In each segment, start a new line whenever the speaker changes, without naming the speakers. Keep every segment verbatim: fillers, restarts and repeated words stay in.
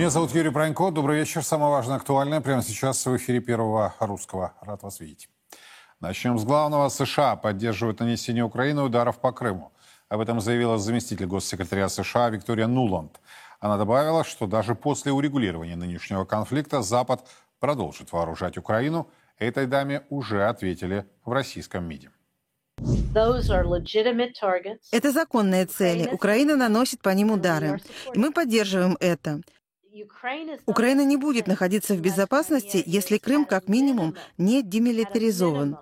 Меня зовут Юрий Пронько. Добрый вечер. Самое важное, актуальное прямо сейчас в эфире Первого Русского. Рад вас видеть. Начнем с главного. США поддерживают нанесение Украины ударов по Крыму. Об этом заявила заместитель госсекретаря США Виктория Нуланд. Она добавила, что даже после урегулирования нынешнего конфликта Запад продолжит вооружать Украину. Этой даме уже ответили в российском МИДе.
Это законные цели. Украина наносит по ним удары. И мы поддерживаем это. Украина не будет находиться в безопасности, если Крым, как минимум, не демилитаризован.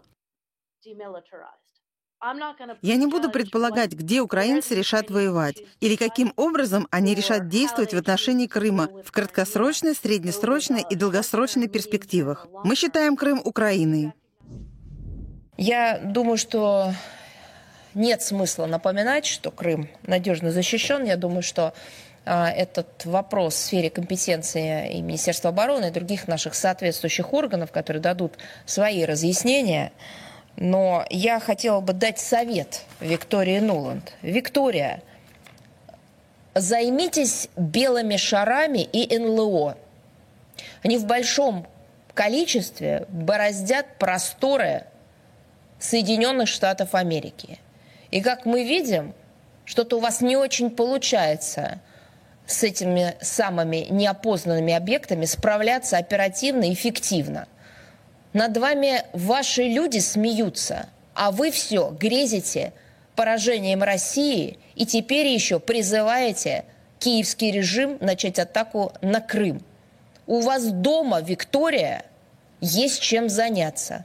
Я не буду предполагать, где украинцы решат воевать, или каким образом они решат действовать в отношении Крыма в краткосрочной, среднесрочной и долгосрочной перспективах. Мы считаем Крым Украиной.
Я думаю, что нет смысла напоминать, что Крым надежно защищен. Я думаю, что а, этот вопрос в сфере компетенции и Министерства обороны, и других наших соответствующих органов, которые дадут свои разъяснения. Но я хотела бы дать совет Виктории Нуланд. Виктория, займитесь белыми шарами и эн эл о. Они в большом количестве бороздят просторы Соединенных Штатов Америки. И как мы видим, что-то у вас не очень получается с этими самыми неопознанными объектами справляться оперативно и эффективно. Над вами ваши люди смеются, а вы все грезите поражением России и теперь еще призываете киевский режим начать атаку на Крым. У вас дома, Виктория, есть чем заняться.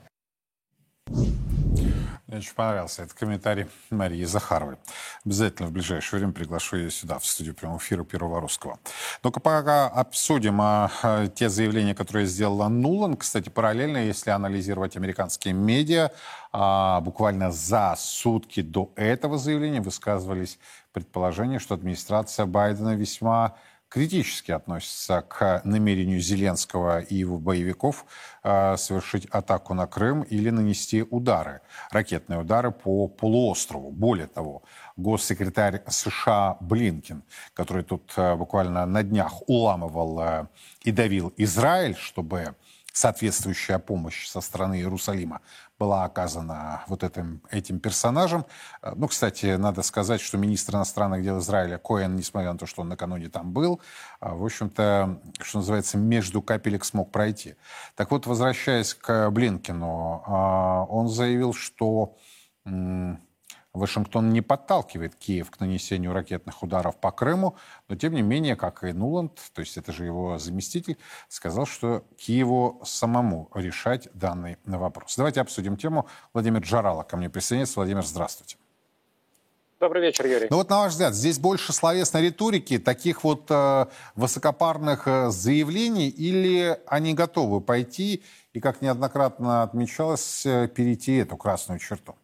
Мне очень понравился этот комментарий Марии Захаровой. Обязательно в ближайшее время приглашу ее сюда, в студию прямого эфира Первого Русского. Но-ка пока обсудим а, а, те заявления, которые сделала Нуланд. Кстати, параллельно, если анализировать американские медиа, а, буквально за сутки до этого заявления высказывались предположения, что администрация Байдена весьма критически относится к намерению Зеленского и его боевиков э, совершить атаку на Крым или нанести удары, ракетные удары по полуострову. Более того, госсекретарь США Блинкен, который тут э, буквально на днях уламывал э, и давил Израиль, чтобы соответствующая помощь со стороны Иерусалима была оказана вот этим, этим персонажам. Ну, кстати, надо сказать, что министр иностранных дел Израиля Коэн, несмотря на то, что он накануне там был, в общем-то, что называется, между капелек смог пройти. Так вот, возвращаясь к Блинкену, он заявил, что Вашингтон не подталкивает Киев к нанесению ракетных ударов по Крыму, но тем не менее, как и Нуланд, то есть это же его заместитель, сказал, что Киеву самому решать данный вопрос. Давайте обсудим тему. Владимир Джарало ко мне присоединяется. Владимир, здравствуйте.
Добрый вечер, Юрий.
Ну вот, на ваш взгляд, здесь больше словесной риторики, таких вот э, высокопарных э, заявлений, или они готовы пойти и, как неоднократно отмечалось, э, перейти эту красную черту?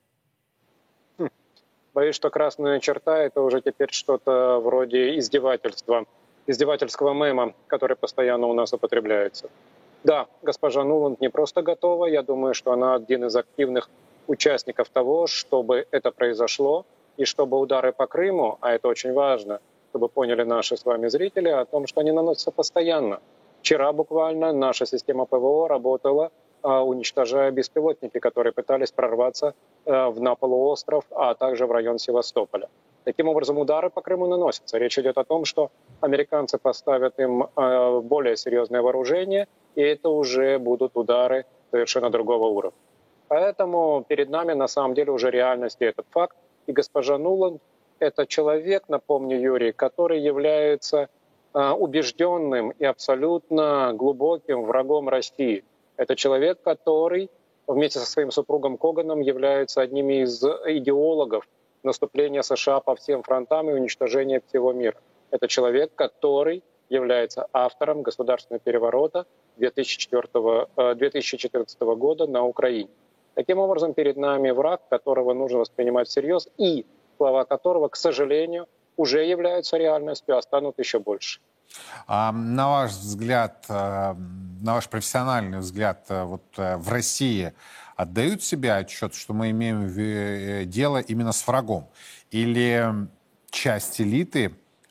Боюсь, что красная черта — это уже теперь что-то вроде издевательства, издевательского мема, который постоянно у нас употребляется. Да, госпожа Нуланд не просто готова, я думаю, что она один из активных участников того, чтобы это произошло, и чтобы удары по Крыму, а это очень важно, чтобы поняли наши с вами зрители, о том, что они наносятся постоянно. Вчера буквально наша система ПВО работала, уничтожая беспилотники, которые пытались прорваться на полуостров, а также в район Севастополя. Таким образом, удары по Крыму наносятся. Речь идет о том, что американцы поставят им более серьезное вооружение, и это уже будут удары совершенно другого уровня. Поэтому перед нами на самом деле уже реальность и этот факт. И госпожа Нуланд — это человек, напомню, Юрий, который является убежденным и абсолютно глубоким врагом России. Это человек, который вместе со своим супругом Коганом является одним из идеологов наступления США по всем фронтам и уничтожения всего мира. Это человек, который является автором государственного переворота две тысячи четырнадцатого года на Украине. Таким образом, перед нами враг, которого нужно воспринимать всерьез, и слова которого, к сожалению, уже являются реальностью, а станут еще больше.
А на ваш взгляд, на ваш профессиональный взгляд, вот в России отдают себе отчет, что мы имеем дело именно с врагом? Или часть элиты в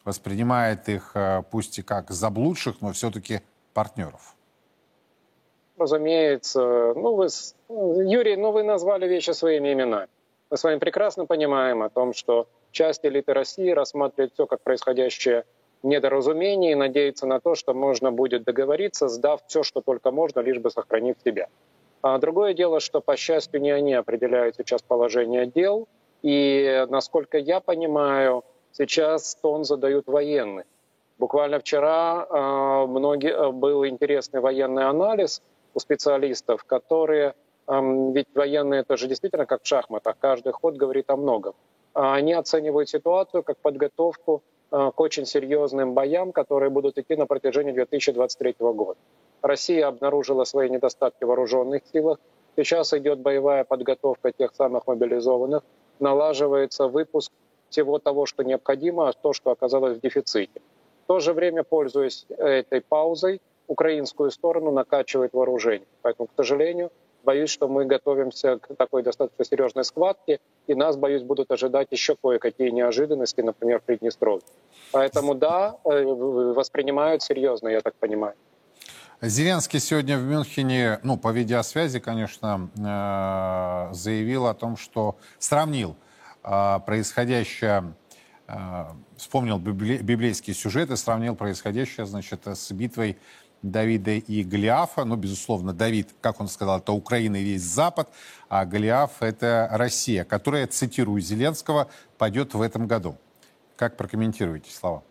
воспринимает их пусть и как заблудших, но все-таки партнеров?
Разумеется. Ну, вы, Юрий, ну вы назвали вещи своими именами. Мы с вами прекрасно понимаем о том, что часть элиты России рассматривает все как происходящее недоразумение и надеется на то, что можно будет договориться, сдав все, что только можно, лишь бы сохранив себя. А другое дело, что, по счастью, не они определяют сейчас положение дел. И, насколько я понимаю, сейчас тон задают военные. Буквально вчера э, многие, был интересный военный анализ у специалистов, которые, э, ведь военные это же действительно как в шахматах, каждый ход говорит о многом. Они оценивают ситуацию как подготовку э, к очень серьезным боям, которые будут идти на протяжении две тысячи двадцать третьего года. Россия обнаружила свои недостатки в вооруженных силах. Сейчас идет боевая подготовка тех самых мобилизованных. Налаживается выпуск всего того, что необходимо, а то, что оказалось в дефиците. В то же время, пользуясь этой паузой, украинскую сторону накачивает вооружение. Поэтому, к сожалению, боюсь, что мы готовимся к такой достаточно серьезной схватке, и нас, боюсь, будут ожидать еще кое-какие неожиданности, например, в Приднестровье. Поэтому, да, воспринимают серьезно, я так понимаю.
Зеленский сегодня в Мюнхене, ну, по видеосвязи, конечно, заявил о том, что сравнил происходящее, вспомнил библейские сюжеты, сравнил происходящее, значит, с битвой Давида и Голиафа. Ну, безусловно, Давид, как он сказал, это Украина и весь Запад, а Голиаф — это Россия, которая, цитирую Зеленского, пойдет в этом году. Как прокомментируете слова?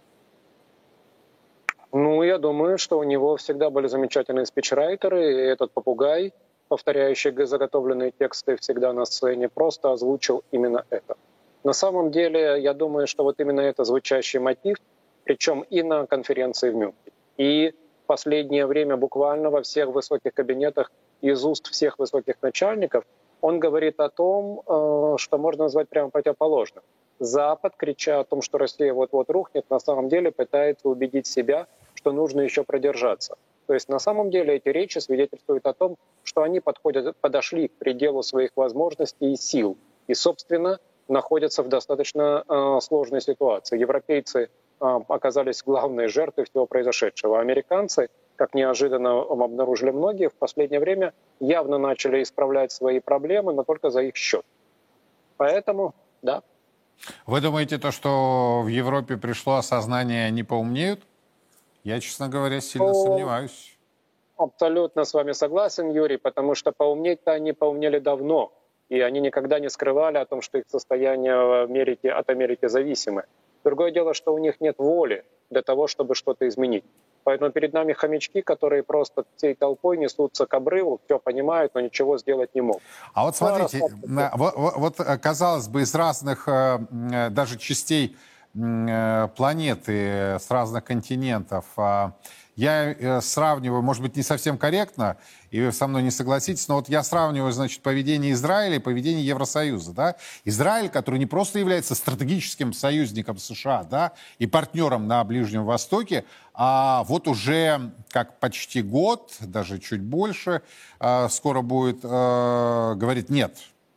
Ну, я думаю, что у него всегда были замечательные спичрайтеры, и этот попугай, повторяющий заготовленные тексты всегда на сцене, просто озвучил именно это. На самом деле, я думаю, что вот именно это звучащий мотив, причем и на конференции в Мюнхене, и в последнее время буквально во всех высоких кабинетах из уст всех высоких начальников, он говорит о том, что можно назвать прямо противоположным. Запад, крича о том, что Россия вот-вот рухнет, на самом деле пытается убедить себя, что нужно еще продержаться. То есть на самом деле эти речи свидетельствуют о том, что они подходят, подошли к пределу своих возможностей и сил. И, собственно, находятся в достаточно э, сложной ситуации. Европейцы э, оказались главной жертвой всего произошедшего. Американцы, как неожиданно обнаружили многие, в последнее время явно начали исправлять свои проблемы, но только за их счет. Поэтому, да.
Вы думаете, то, что в Европе пришло осознание, они поумнеют? Я, честно говоря, сильно
О,
сомневаюсь.
Абсолютно с вами согласен, Юрий, потому что поумнеть-то они поумнели давно. И они никогда не скрывали о том, что их состояние в Америке, от Америки зависимы. Другое дело, что у них нет воли для того, чтобы что-то изменить. Поэтому перед нами хомячки, которые просто всей толпой несутся к обрыву, все понимают, но ничего сделать не могут.
А вот смотрите, вот, вот казалось бы, из разных даже частей планеты, с разных континентов, я сравниваю, может быть, не совсем корректно, и вы со мной не согласитесь, но вот я сравниваю, значит, поведение Израиля и поведение Евросоюза, да? Израиль, который не просто является стратегическим союзником США, да, и партнером на Ближнем Востоке, а вот уже как почти год, даже чуть больше, скоро будет, говорит, нет,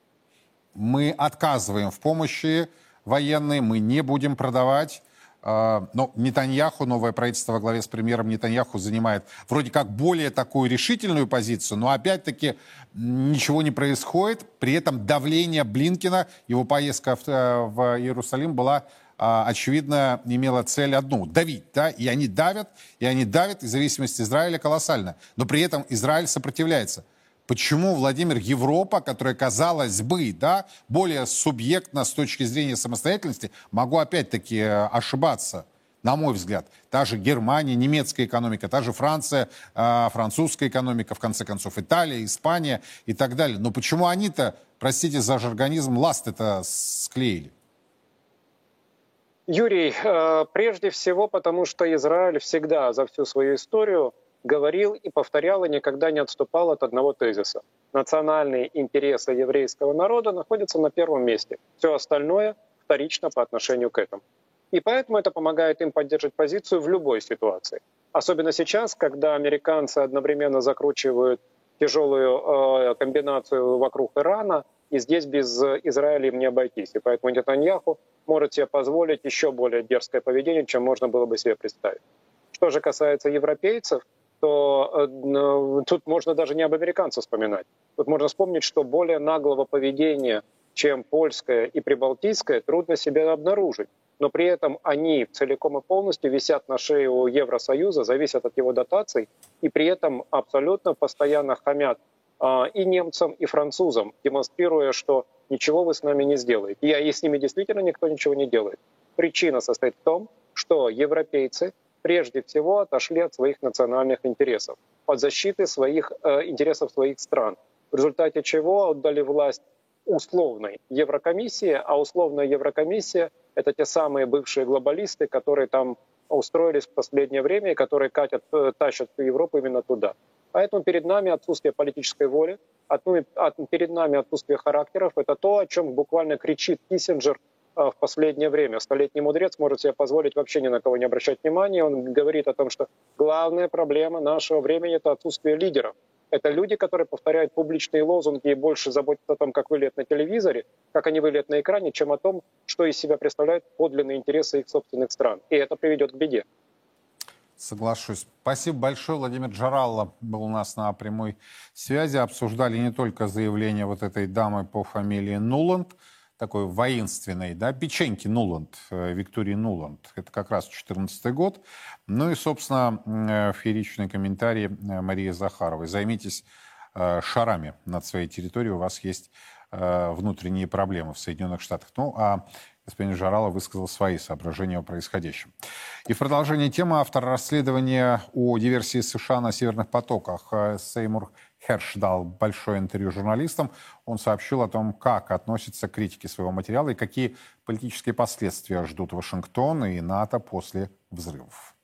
мы отказываем в помощи военной, мы не будем продавать. Но Нетаньяху, новое правительство во главе с премьером Нетаньяху занимает вроде как более такую решительную позицию, но опять-таки ничего не происходит. При этом давление Блинкена, его поездка в, в Иерусалим была, очевидно, имела цель одну — давить. Да? И они давят, и они давят, и зависимость Израиля колоссальна. Но при этом Израиль сопротивляется. Почему, Владимир, Европа, которая, казалось бы, да, более субъектна с точки зрения самостоятельности, могу опять-таки ошибаться, на мой взгляд, та же Германия, немецкая экономика, та же Франция, французская экономика, в конце концов, Италия, Испания и так далее. Но почему они-то, простите за жаргонизм, ласты-то склеили?
Юрий, прежде всего потому, что Израиль всегда за всю свою историю говорил и повторял, и никогда не отступал от одного тезиса. Национальные интересы еврейского народа находятся на первом месте. Все остальное вторично по отношению к этому. И поэтому это помогает им поддерживать позицию в любой ситуации. Особенно сейчас, когда американцы одновременно закручивают тяжелую э, комбинацию вокруг Ирана И здесь без Израиля им не обойтись. И поэтому Нетаньяху может себе позволить еще более дерзкое поведение, чем можно было бы себе представить. Что же касается европейцев, то э, тут можно даже не об американцах вспоминать. Тут можно вспомнить, что более наглого поведения, чем польское и прибалтийское, трудно себе обнаружить. Но при этом они целиком и полностью висят на шее у Евросоюза, зависят от его дотаций, и при этом абсолютно постоянно хамят э, и немцам, и французам, демонстрируя, что ничего вы с нами не сделаете. И, и с ними действительно никто ничего не делает. Причина состоит в том, что европейцы прежде всего отошли от своих национальных интересов, от защиты своих э, интересов своих стран, в результате чего отдали власть условной Еврокомиссии, а условная Еврокомиссия — это те самые бывшие глобалисты, которые там устроились в последнее время и которые катят, э, тащат Европу именно туда. Поэтому перед нами отсутствие политической воли, от, ну, от, перед нами отсутствие характеров. Это то, о чем буквально кричит Киссинджер в последнее время. Столетний мудрец может себе позволить вообще ни на кого не обращать внимания. Он говорит о том, что главная проблема нашего времени — это отсутствие лидеров. Это люди, которые повторяют публичные лозунги и больше заботятся о том, как выглядят на телевизоре, как они выглядят на экране, чем о том, что из себя представляют подлинные интересы их собственных стран. И это приведет к беде.
Соглашусь. Спасибо большое. Владимир Джаралло был у нас на прямой связи. Обсуждали не только заявление вот этой дамы по фамилии Нуланд, такой воинственной, да, печеньки Нуланд, Виктории Нуланд. Это как раз две тысячи четырнадцатый год. Ну и, собственно, фееричный комментарий Марии Захаровой. Займитесь шарами над своей территорией, у вас есть внутренние проблемы в Соединенных Штатах. Ну, а господин Джаралло высказал свои соображения о происходящем. И в продолжение темы автор расследования о диверсии США на Северных потоках Сеймур Херш дал большое интервью журналистам. Он сообщил о том, как относится к критике своего материала и какие политические последствия ждут Вашингтон и НАТО после взрывов.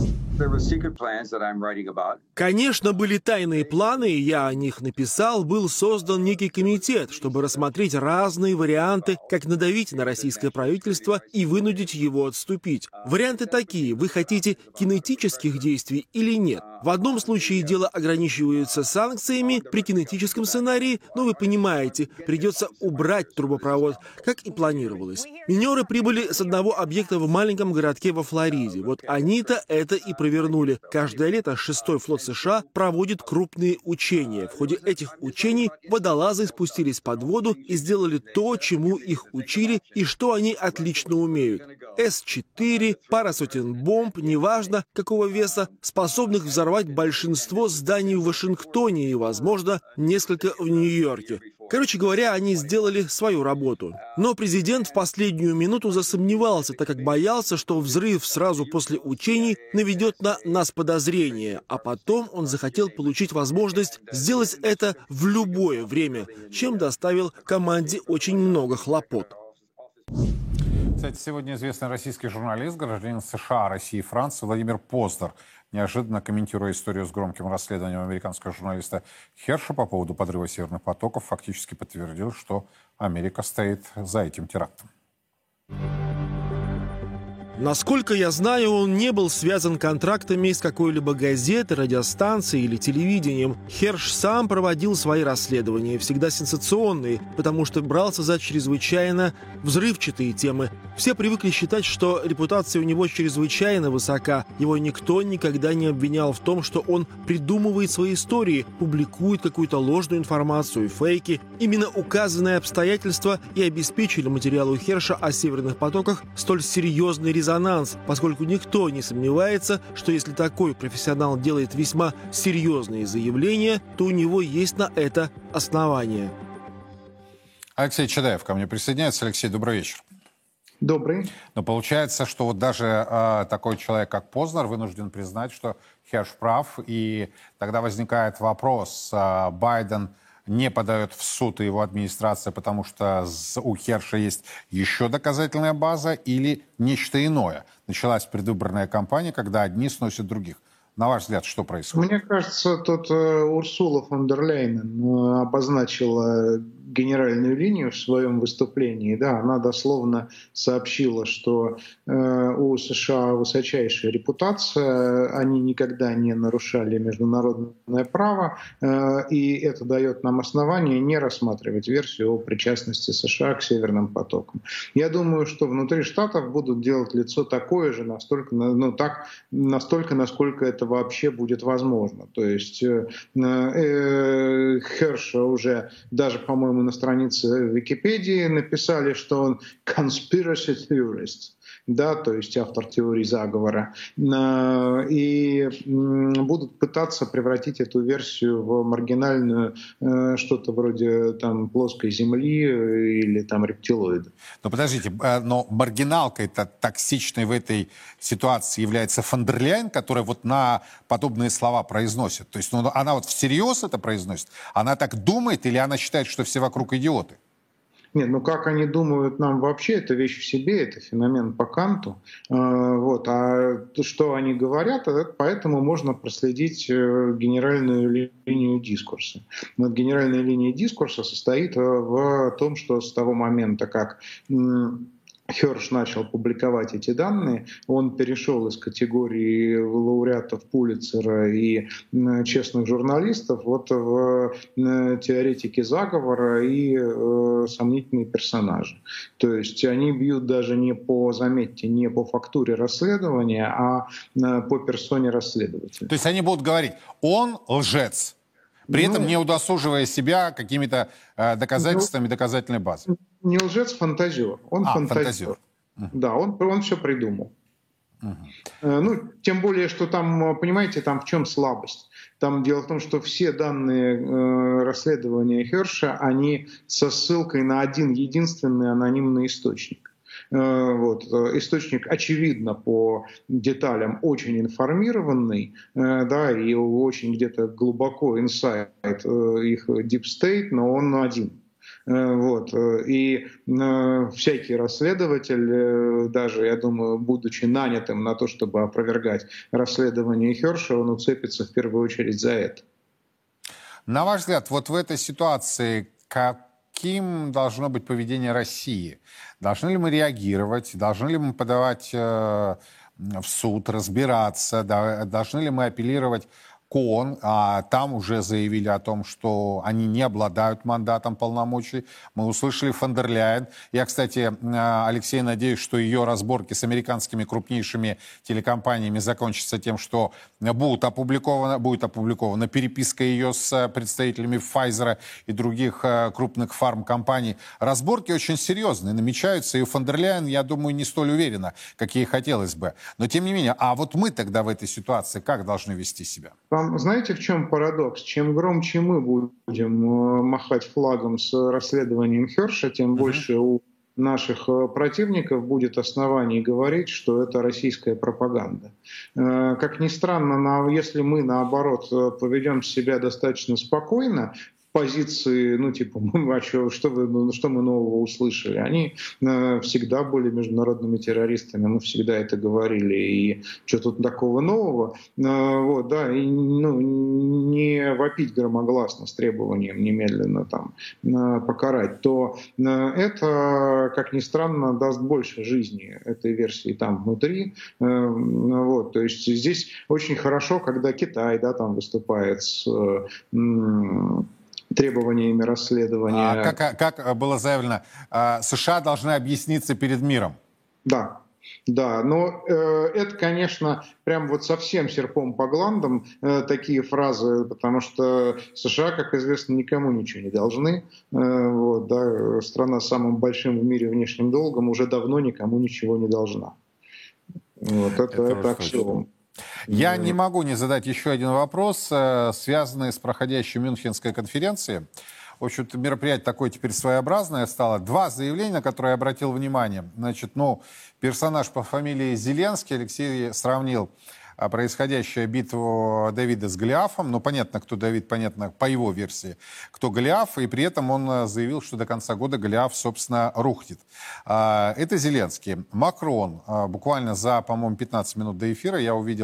Конечно, были тайные планы, и я о них написал. Был создан некий комитет, чтобы рассмотреть разные варианты, как надавить на российское правительство и вынудить его отступить. Варианты такие: вы хотите кинетических действий или нет? В одном случае дело ограничивается санкциями, при кинетическом сценарии, но вы понимаете, придется убрать трубопровод, как и планировалось. Минеры прибыли с одного объекта в маленьком городке во Флориде. Вот они-то это и провернули. Каждое лето шестой флот США проводит крупные учения. В ходе этих учений водолазы спустились под воду и сделали то, чему их учили и что они отлично умеют. эс четыре, пара сотен бомб, неважно какого веса, способных взорвать большинство зданий в Вашингтоне и, возможно, несколько в Нью-Йорке. Короче говоря, они сделали свою работу. Но президент в последнюю минуту засомневался, так как боялся, что взрыв сразу после учений наведет на нас подозрения, а потом он захотел получить возможность сделать это в любое время, чем доставил команде очень много хлопот.
Кстати, сегодня известный российский журналист, гражданин США, России и Франции Владимир Познер, неожиданно комментируя историю с громким расследованием американского журналиста Херша по поводу подрыва Северных потоков, фактически подтвердил, что Америка стоит за этим терактом.
Насколько я знаю, он не был связан контрактами с какой-либо газетой, радиостанцией или телевидением. Херш сам проводил свои расследования, всегда сенсационные, потому что брался за чрезвычайно взрывчатые темы. Все привыкли считать, что репутация у него чрезвычайно высока. Его никто никогда не обвинял в том, что он придумывает свои истории, публикует какую-то ложную информацию, фейки. Именно указанные обстоятельства и обеспечили материалу Херша о Северных потоках столь серьезный резонанс, поскольку никто не сомневается, что если такой профессионал делает весьма серьезные заявления, то у него есть на это основания.
Алексей Чадаев ко мне присоединяется. Алексей, добрый вечер.
Добрый.
Но получается, что вот даже э, такой человек, как Познер, вынужден признать, что Херш прав, и тогда возникает вопрос, э, Байден не подает в суд и его администрация, потому что у Херша есть еще доказательная база, или нечто иное. Началась предвыборная кампания, когда одни сносят других. На ваш взгляд, что происходит?
Мне кажется, тут Урсула фон дер Лейен обозначила генеральную линию в своем выступлении. Да, она дословно сообщила, что у США высочайшая репутация, они никогда не нарушали международное право, и это дает нам основание не рассматривать версию о причастности США к Северным потокам. Я думаю, что внутри Штатов будут делать лицо такое же, настолько, ну, так, настолько, насколько это вообще будет возможно. То есть э, э, Херша уже даже, по-моему, на странице Википедии написали, что он conspiracy theorist, да, то есть автор теории заговора, и будут пытаться превратить эту версию в маргинальную, что-то вроде там плоской земли или там рептилоида.
Но подождите, но маргиналкой-то токсичной в этой ситуации является фон дер Ляйен, которая вот на подобные слова произносит. То есть ну, она вот всерьез это произносит? Она так думает или она считает, что все вокруг идиоты?
Нет, ну как они думают нам вообще, это вещь в себе, это феномен по Канту. Вот. А что они говорят, поэтому можно проследить генеральную линию дискурса. Вот генеральная линия дискурса состоит в том, что с того момента, как Херш начал публиковать эти данные, он перешел из категории лауреатов Пулитцера и честных журналистов вот в теоретики заговора и э, сомнительные персонажи. То есть они бьют даже не по, заметьте, не по фактуре расследования, а по персоне расследователя.
То есть они будут говорить, он лжец, при ну, этом не удосуживая себя какими-то э, доказательствами, ну, доказательной базы.
Не лжец, фантазер. Он а, фантазер. фантазер. Да, он, он все придумал. Uh-huh. Ну, тем более, что там, понимаете, там в чем слабость? Там дело в том, что все данные э, расследования Херша, они со ссылкой на один единственный анонимный источник. Вот. Источник, очевидно, по деталям очень информированный, да, и очень где-то глубоко инсайт их Deep State, но он один. Вот. И всякий расследователь, даже, я думаю, будучи нанятым на то, чтобы опровергать расследование Херша, он уцепится в первую очередь за это.
На ваш взгляд, вот в этой ситуации, как Каким должно быть поведение России? Должны ли мы реагировать? Должны ли мы подавать э, в суд, разбираться? Да, должны ли мы апеллировать к ООН? А там уже заявили о том, что они не обладают мандатом полномочий. Мы услышали фон дер Ляйен. Я, кстати, Алексей, надеюсь, что ее разборки с американскими крупнейшими телекомпаниями закончатся тем, что будут опубликована, будет опубликована переписка ее с представителями Pfizer и других крупных фармкомпаний. Разборки очень серьезные, намечаются, и у фон дер Ляйен, я думаю, не столь уверена, как ей хотелось бы. Но тем не менее, а вот мы тогда в этой ситуации как должны вести себя?
Знаете, в чем парадокс? Чем громче мы будем махать флагом с расследованием Херша, тем uh-huh. больше у наших противников будет оснований говорить, что это российская пропаганда. Как ни странно, если мы, наоборот, поведем себя достаточно спокойно, позиции, ну, типа, мы, а что, что, вы, что мы нового услышали? Они э, всегда были международными террористами, мы всегда это говорили, и что тут такого нового? Э, вот, да, и ну, не вопить громогласно с требованием немедленно там э, покарать, то э, это, как ни странно, даст больше жизни этой версии там внутри. Э, вот, то есть здесь очень хорошо, когда Китай, да, там выступает с э, требованиями расследования.
А как, как было заявлено, США должны объясниться перед миром?
Да, да, но э, это, конечно, прям вот совсем серпом по гландам э, такие фразы, потому что США, как известно, никому ничего не должны. Э, вот, да, страна с самым большим в мире внешним долгом уже давно никому ничего не должна. Вот, это, это, это аксиом.
Я не могу не задать еще один вопрос, связанный с проходящей Мюнхенской конференцией. В общем-то, мероприятие такое теперь своеобразное стало. Два заявления, на которые я обратил внимание. Значит, ну, персонаж по фамилии Зеленский, Алексей сравнил происходящую битву Давида с Голиафом. Ну, понятно, кто Давид, понятно, по его версии, кто Голиаф. И при этом он заявил, что до конца года Голиаф, собственно, рухнет. Это Зеленский. Макрон. Буквально за, по-моему, пятнадцать минут до эфира я увидел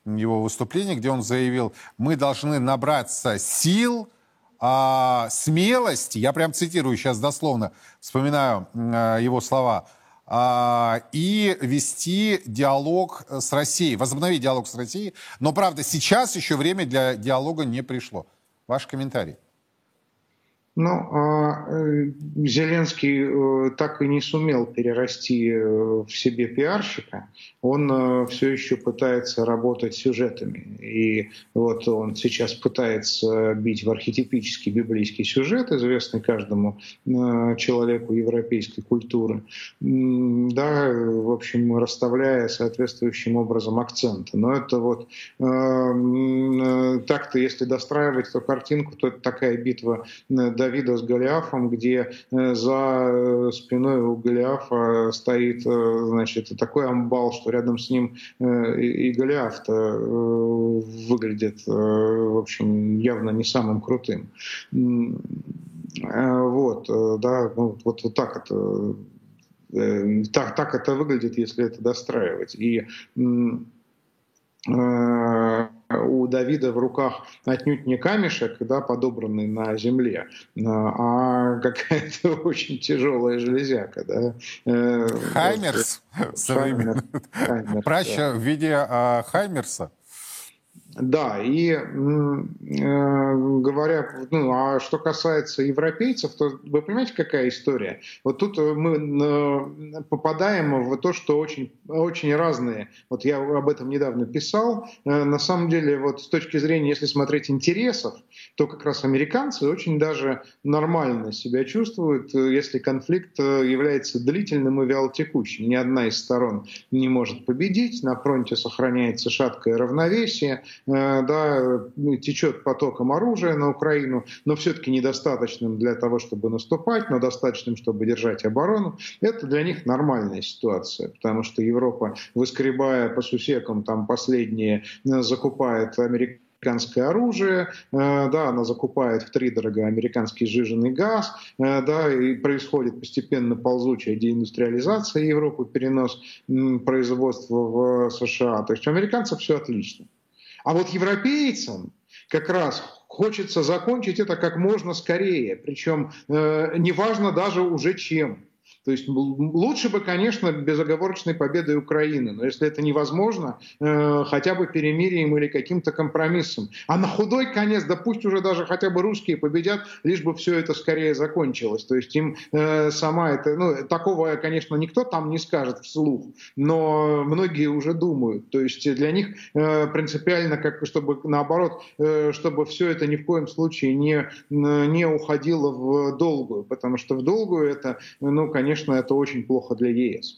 его выступление, где он заявил, мы должны набраться сил, а, смелости, я прям цитирую сейчас дословно, вспоминаю а, его слова, а, и вести диалог с Россией, возобновить диалог с Россией. Но, правда, сейчас еще время для диалога не пришло. Ваш комментарий.
Ну, а Зеленский так и не сумел перерасти в себе пиарщика. Он все еще пытается работать сюжетами. И вот он сейчас пытается бить в архетипический библейский сюжет, известный каждому человеку европейской культуры. Да, в общем, расставляя соответствующим образом акценты. Но это вот так-то, если достраивать эту картинку, то это такая битва Давида с Голиафом, где за спиной у Голиафа стоит, значит, такой амбал, что рядом с ним и Голиаф-то выглядит, в общем, явно не самым крутым. Вот, да, ну, вот, вот так это, так, так это выглядит, если это достраивать. И у Давида в руках отнюдь не камешек, да, подобранный на земле, а какая-то очень тяжелая железяка. Да.
Хаймерс.
Хаймерс, Хаймерс,
Праща
да.
в виде а, Хаймерса.
Да, и э, говоря, ну, а что касается европейцев, то вы понимаете, какая история? Вот тут мы э, попадаем в то, что очень, очень разные. Вот я об этом недавно писал. Э, на самом деле, вот с точки зрения, если смотреть интересов, то как раз американцы очень даже нормально себя чувствуют, если конфликт является длительным и вялотекущим. Ни одна из сторон не может победить, на фронте сохраняется шаткое равновесие, да, течет потоком оружия на Украину, но все-таки недостаточным для того, чтобы наступать, но достаточным, чтобы держать оборону. Это для них нормальная ситуация, потому что Европа, выскребая по сусекам там последние, закупает американские американское оружие, да, она закупает втридорога американский сжиженный газ, да, и происходит постепенно ползучая деиндустриализация Европы, перенос производства в США. То есть у американцев все отлично. А вот европейцам как раз хочется закончить это как можно скорее, причем э, неважно даже уже чем. То есть лучше бы, конечно, безоговорочной победой Украины, но если это невозможно, э, хотя бы перемирием или каким-то компромиссом. А на худой конец, да пусть уже даже хотя бы русские победят, лишь бы все это скорее закончилось. То есть им э, сама это, ну, такого, конечно, никто там не скажет вслух, но многие уже думают. То есть для них э, принципиально, как, чтобы наоборот, э, чтобы все это ни в коем случае не, не уходило в долгую, потому что в долгую это, ну, конечно, Конечно, это очень плохо для ЕС.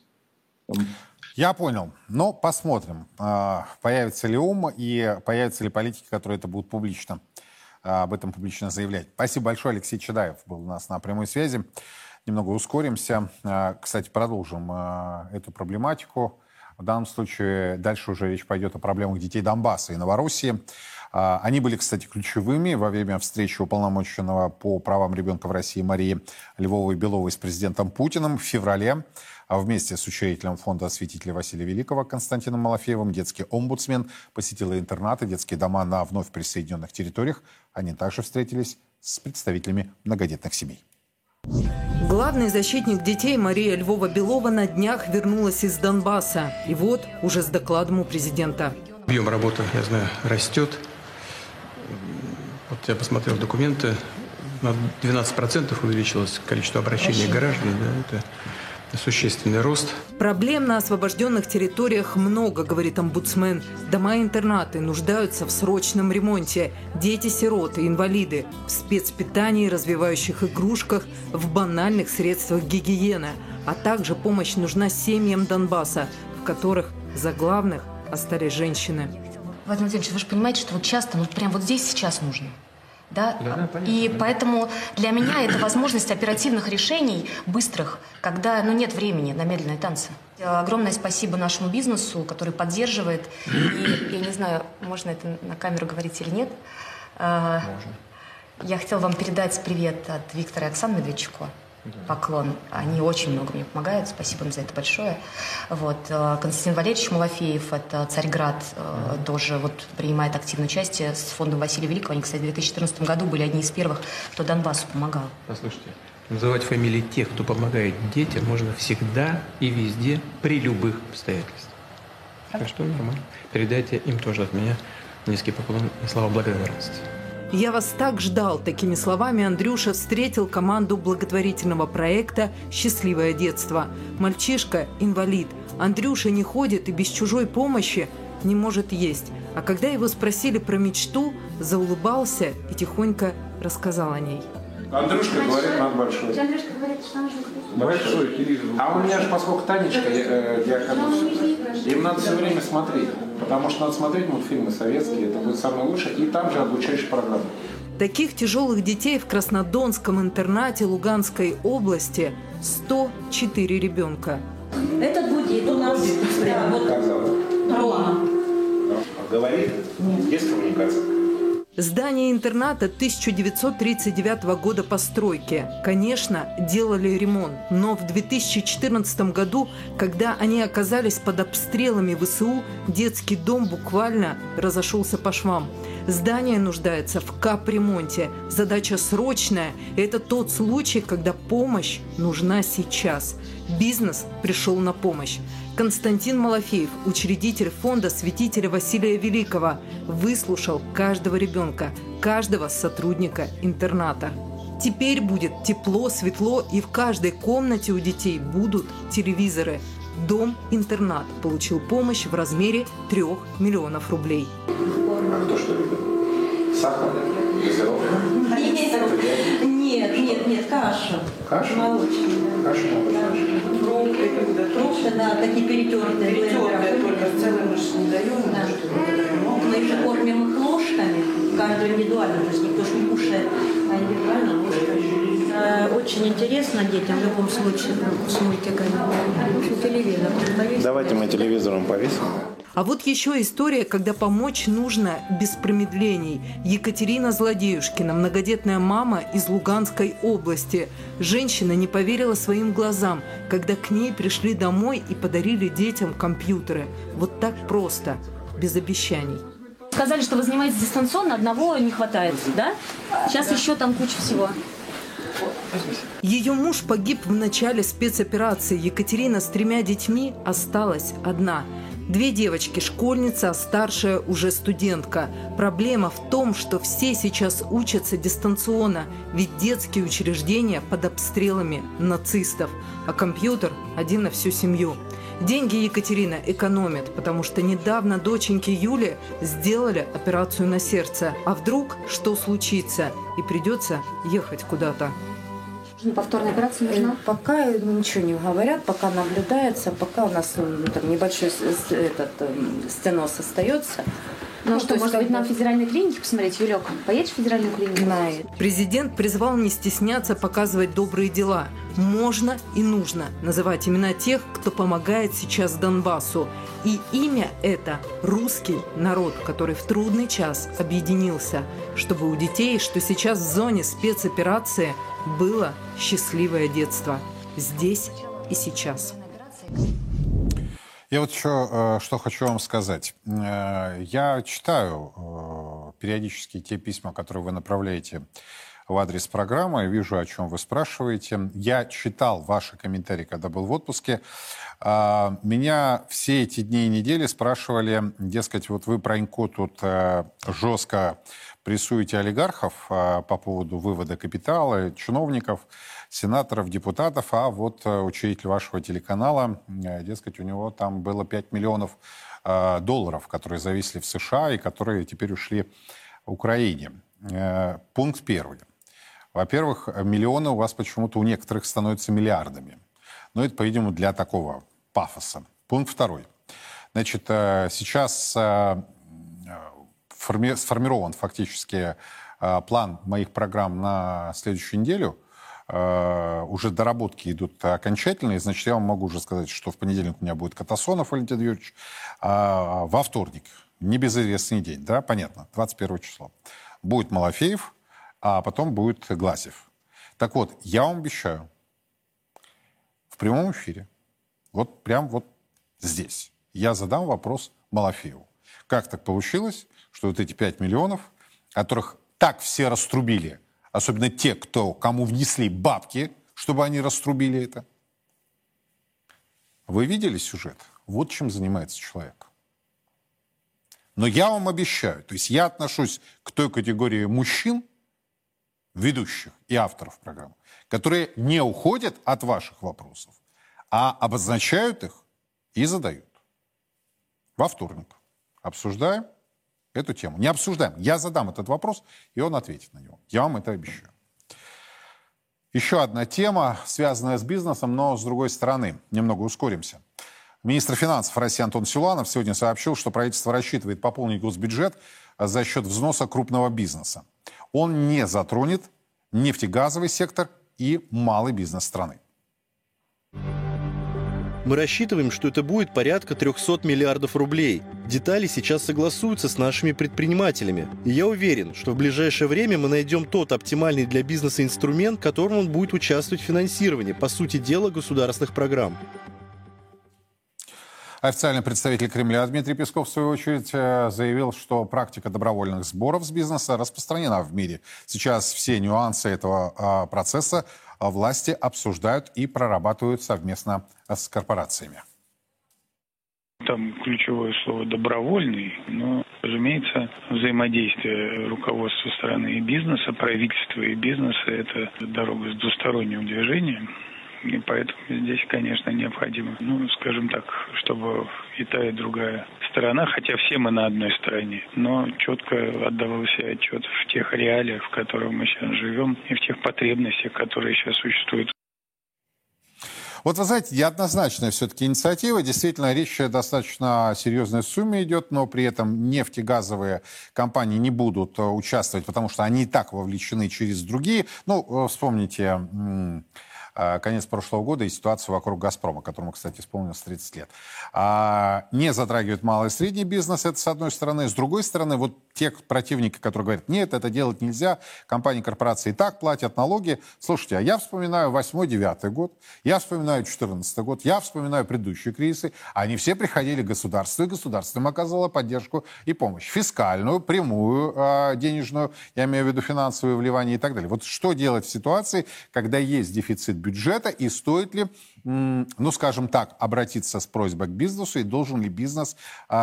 Я понял. Но посмотрим, появится ли ум и появятся ли политики, которые это будут публично, об этом публично заявлять. Спасибо большое. Алексей Чадаев был у нас на прямой связи. Немного ускоримся. Кстати, продолжим эту проблематику. В данном случае дальше уже речь пойдет о проблемах детей Донбасса и Новороссии. Они были, кстати, ключевыми во время встречи уполномоченного по правам ребенка в России Марии Львовой-Беловой с президентом Путиным в феврале. А вместе с учредителем фонда осветителя Василия Великого Константином Малафеевым детский омбудсмен посетила интернаты, детские дома на вновь присоединенных территориях. Они также встретились с представителями многодетных семей.
Главный защитник детей Мария Львова-Белова на днях вернулась из Донбасса. И вот уже с докладом у президента.
Объем работы, я знаю, растет. Вот я посмотрел документы, на двенадцать процентов увеличилось количество обращений граждан. Да, это существенный рост.
Проблем на освобожденных территориях много, говорит омбудсмен. Дома-интернаты нуждаются в срочном ремонте. Дети-сироты, инвалиды, в спецпитании, развивающих игрушках, в банальных средствах гигиены. А также помощь нужна семьям Донбасса, в которых за главных остались женщины.
Владимир Владимирович, вы же понимаете, что вот часто, ну прям вот здесь сейчас нужно. Да?
Да, понятно,
и
да.
поэтому для меня это возможность оперативных решений, быстрых, когда ну, нет времени на медленные танцы. Огромное спасибо нашему бизнесу, который поддерживает. И я не знаю, можно это на камеру говорить или нет.
Можно.
Я хотела вам передать привет от Виктора и Оксаны Медведчука. поклон. Они очень много мне помогают, спасибо им за это большое. Вот. Константин Валерьевич Малафеев, это Царьград, mm-hmm. тоже вот принимает активное участие с фондом Василия Великого. Они, кстати, в две тысячи четырнадцатом году были одни из первых, кто Донбассу помогал.
Послушайте, называть фамилии тех, кто помогает детям, можно всегда и везде, при любых обстоятельствах. Так что нормально. Передайте им тоже от меня низкий поклон и слова благодарности.
«Я вас так ждал». Такими словами Андрюша встретил команду благотворительного проекта «Счастливое детство». Мальчишка – инвалид. Андрюша не ходит и без чужой помощи не может есть. А когда его спросили про мечту, заулыбался и тихонько рассказал о ней.
Андрюшка говорит, нам большой.
Андрюшка говорит, что нужно
большой телевизор. А у меня же, поскольку Танечка, я, я им надо все время смотреть. Потому что надо смотреть мультфильмы советские, это будет самое лучшее. И там же обучающие программы.
Таких тяжелых детей в Краснодонском интернате Луганской области сто четыре ребенка.
Этот будет у нас. Да, вот.
Как зовут?
Рома.
Говорит? Нет. Есть коммуникация?
Здание интерната тысяча девятьсот тридцать девятого года постройки. Конечно, делали ремонт, но в две тысячи четырнадцатом году, когда они оказались под обстрелами ВСУ, детский дом буквально разошелся по швам. Здание нуждается в капремонте. Задача срочная. Это тот случай, когда помощь нужна сейчас. Бизнес пришел на помощь. Константин Малафеев, учредитель фонда святителя Василия Великого, выслушал каждого ребенка, каждого сотрудника интерната. Теперь будет тепло, светло, и в каждой комнате у детей будут телевизоры. Дом-интернат получил помощь в размере трех миллионов рублей.
А кто что любит? Сахар? Газировка?
Нет, нет, нет, каша.
Каша?
Молочная.
Каша молочная.
Фрукты, фрукты, да, такие перетертые.
Перетертые, только в целом мы же не даем.
Да. Мы же кормим их ложками, каждую индивидуально, то есть никто же не кушает, а индивидуально ложками. Очень интересно детям в любом случае с мультиками. Телевизор.
Давайте мы телевизором повесим.
А вот еще история, когда помочь нужно без промедлений. Екатерина Злодеюшкина, многодетная мама из Луганской области. Женщина не поверила своим глазам, когда к ней пришли домой и подарили детям компьютеры. Вот так просто, без обещаний.
Сказали, что вы занимаетесь дистанционно, одного не хватает, да? Сейчас еще там куча всего.
Ее муж погиб в начале спецоперации. Екатерина с тремя детьми осталась одна. Две девочки – школьница, а старшая уже студентка. Проблема в том, что все сейчас учатся дистанционно, ведь детские учреждения под обстрелами нацистов, а компьютер один на всю семью. Деньги Екатерина экономит, потому что недавно доченьке Юле сделали операцию на сердце. А вдруг что случится и придется ехать куда-то.
Повторная операция нужна?
Пока ничего не говорят, пока наблюдается, пока у нас ну, там небольшой этот, стеноз остается.
Ну, ну что, может быть, нам в федеральной клинике посмотреть? Юлек, поедешь в федеральную клинику?
Знает.
Президент призвал не стесняться показывать добрые дела. Можно и нужно называть имена тех, кто помогает сейчас Донбассу. И имя это русский народ, который в трудный час объединился, чтобы у детей, что сейчас в зоне спецоперации, было счастливое детство. Здесь и сейчас.
Я вот еще что хочу вам сказать. Я читаю периодически те письма, которые вы направляете в адрес программы. Вижу, о чем вы спрашиваете. Я читал ваши комментарии, когда был в отпуске. Меня все эти дни и недели спрашивали, дескать, вот вы, Пронько, тут жестко прессуете олигархов по поводу вывода капитала, чиновников, сенаторов, депутатов, а вот учредитель вашего телеканала, дескать, у него там было пять миллионов долларов, которые зависли в США и которые теперь ушли в Украине. Пункт первый. Во-первых, миллионы у вас почему-то у некоторых становятся миллиардами. Но это, по-видимому, для такого пафоса. Пункт второй. Значит, сейчас сформирован фактически план моих программ на следующую неделю. Уже доработки идут окончательные. Значит, я вам могу уже сказать, что в понедельник у меня будет Катасонов Валентин Юрьевич, а во вторник, небезызвестный день, да, понятно, двадцать первое число, будет Малафеев, а потом будет Глазьев. Так вот, я вам обещаю, прямом эфире, вот прям вот здесь, я задам вопрос Малафееву. Как так получилось, что вот эти пять миллионов, которых так все раструбили, особенно те, кто, кому внесли бабки, чтобы они раструбили это? Вы видели сюжет? Вот чем занимается человек. Но я вам обещаю, то есть я отношусь к той категории мужчин, ведущих и авторов программы, которые не уходят от ваших вопросов, а обозначают их и задают. Во вторник обсуждаем эту тему. Не обсуждаем. Я задам этот вопрос, и он ответит на него. Я вам это обещаю. Еще одна тема, связанная с бизнесом, но с другой стороны. Немного ускоримся. Министр финансов России Антон Силуанов сегодня сообщил, что правительство рассчитывает пополнить госбюджет за счет взноса крупного бизнеса. Он не затронет нефтегазовый сектор и малый бизнес страны.
Мы рассчитываем, что это будет порядка трехсот миллиардов рублей. Детали сейчас согласуются с нашими предпринимателями. И я уверен, что в ближайшее время мы найдем тот оптимальный для бизнеса инструмент, которым он будет участвовать в финансировании, по сути дела, государственных программ.
Официальный представитель Кремля Дмитрий Песков, в свою очередь, заявил, что практика добровольных сборов с бизнеса распространена в мире. Сейчас все нюансы этого процесса власти обсуждают и прорабатывают совместно с корпорациями.
Там ключевое слово «добровольный», но, разумеется, взаимодействие руководства страны и бизнеса, правительства и бизнеса – это дорога с двусторонним движением. И поэтому здесь, конечно, необходимо, ну, скажем так, чтобы и та, и другая сторона, хотя все мы на одной стороне, но четко отдавал себе отчет в тех реалиях, в которых мы сейчас живем, и в тех потребностях, которые сейчас существуют.
Вот вы знаете, неоднозначная все-таки инициатива. Действительно, речь о достаточно серьезной сумме идет, но при этом нефтегазовые компании не будут участвовать, потому что они и так вовлечены через другие. Ну, вспомните конец прошлого года и ситуацию вокруг «Газпрома», которому, кстати, исполнилось тридцать лет. А, не затрагивает малый и средний бизнес, это с одной стороны. С другой стороны, вот те противники, которые говорят, нет, это делать нельзя, компании, корпорации и так платят налоги. Слушайте, а я вспоминаю восьмой-девятый год, я вспоминаю четырнадцатый год, я вспоминаю предыдущие кризисы. Они все приходили к государству, и государство им оказало поддержку и помощь. Фискальную, прямую, э, денежную, я имею в виду финансовые вливания и так далее. Вот что делать в ситуации, когда есть дефицит бюджета, и стоит ли, ну, скажем так, обратиться с просьбой к бизнесу, и должен ли бизнес,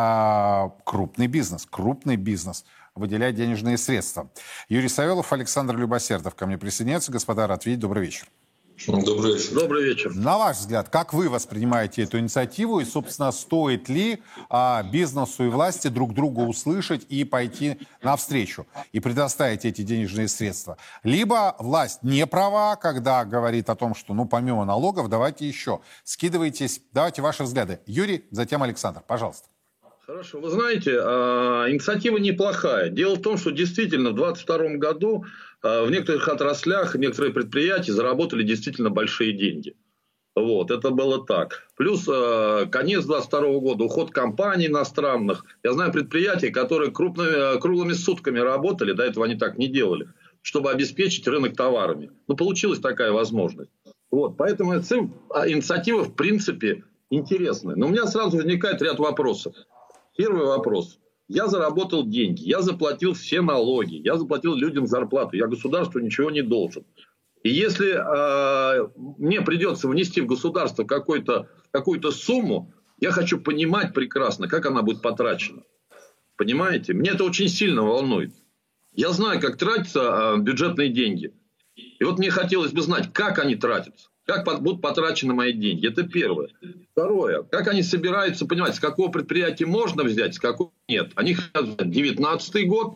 крупный бизнес, крупный бизнес выделять денежные средства? Юрий Савелов, Александр Любосердов ко мне присоединяются. Господа, рад видеть. Добрый вечер.
Добрый вечер. Добрый вечер.
На ваш взгляд, как вы воспринимаете эту инициативу, и, собственно, стоит ли а, бизнесу и власти друг друга услышать и пойти навстречу и предоставить эти денежные средства? Либо власть не права, когда говорит о том, что, ну, помимо налогов, давайте еще скидывайтесь, давайте ваши взгляды. Юрий, затем Александр, пожалуйста.
Хорошо. Вы знаете, инициатива неплохая. Дело в том, что действительно в двадцать втором году в некоторых отраслях некоторые предприятия заработали действительно большие деньги. Вот, это было так. Плюс конец двадцать второго года, уход компаний иностранных. Я знаю предприятия, которые крупными, круглыми сутками работали, до этого они так не делали, чтобы обеспечить рынок товарами. Но получилась такая возможность. Вот, поэтому инициатива в принципе интересная. Но у меня сразу возникает ряд вопросов. Первый вопрос. Я заработал деньги, я заплатил все налоги, я заплатил людям зарплату, я государству ничего не должен. И если э, мне придется внести в государство какую-то, какую-то сумму, я хочу понимать прекрасно, как она будет потрачена. Понимаете? Мне это очень сильно волнует. Я знаю, как тратятся э, бюджетные деньги. И вот мне хотелось бы знать, как они тратятся. Как будут потрачены мои деньги. Это первое. Второе. Как они собираются, понимать, с какого предприятия можно взять, с какого нет. Они хотят взять девятнадцатый год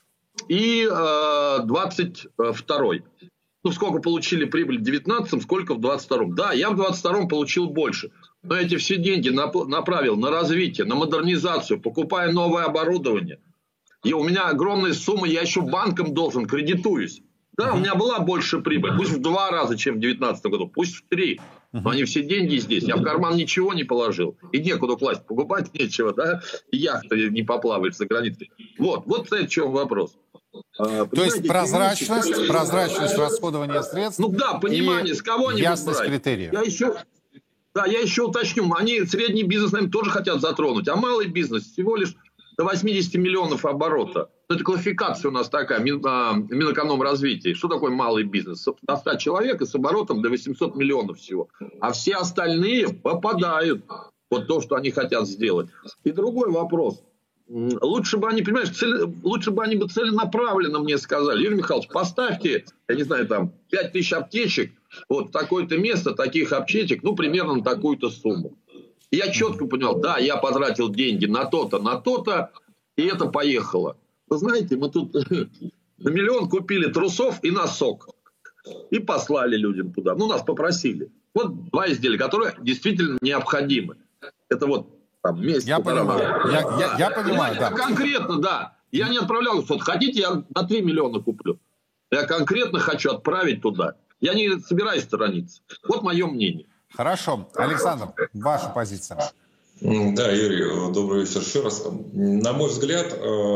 и э, двадцать второй. Ну, сколько получили прибыль в девятнадцатом, сколько в двадцать втором. Да, я в двадцать втором получил больше. Но эти все деньги направил на развитие, на модернизацию, покупая новое оборудование. И у меня огромная сумма, я еще банкам должен, кредитуюсь. Да, у меня была больше прибыль, пусть в два раза, чем в две тысячи девятнадцатом году, пусть в три. Но они все деньги здесь, я в карман ничего не положил. И некуда класть, покупать нечего, да, и яхта не поплавает за границей. Вот, вот это в чем вопрос.
То есть прозрачность, прозрачность расходования средств.
Ну да, понимание, с кого-нибудь
ясность
брать.
Критериев.
Я еще, Да, я еще уточню. Они средний бизнес, наверное, тоже хотят затронуть. А малый бизнес всего лишь до восьмидесяти миллионов оборота. Это классификация у нас такая, Минэкономразвития. Что такое малый бизнес? До ста человек и с оборотом до восьмисот миллионов всего. А все остальные попадают. Вот то, что они хотят сделать. И другой вопрос. Лучше бы они, понимаешь, цель, лучше бы они бы целенаправленно мне сказали: Юрий Михайлович, поставьте, я не знаю, там, пять тысяч аптечек, вот такое-то место, таких аптечек, ну, примерно на такую-то сумму. И я четко понял, да, я потратил деньги на то-то, на то-то, и это поехало. Вы знаете, мы тут на миллион купили трусов и носок. И послали людям туда. Ну, нас попросили. Вот два изделия, которые действительно необходимы. Это вот там месяц.
Я понимаю. Я, я, я понимаю, да.
Конкретно, да. Я не отправлял. Вот, хотите, я на три миллиона куплю. Я конкретно хочу отправить туда. Я не собираюсь сторониться. Вот мое мнение.
Хорошо. Александр, ваша позиция.
Да, Юрий, добрый вечер еще раз. На мой взгляд,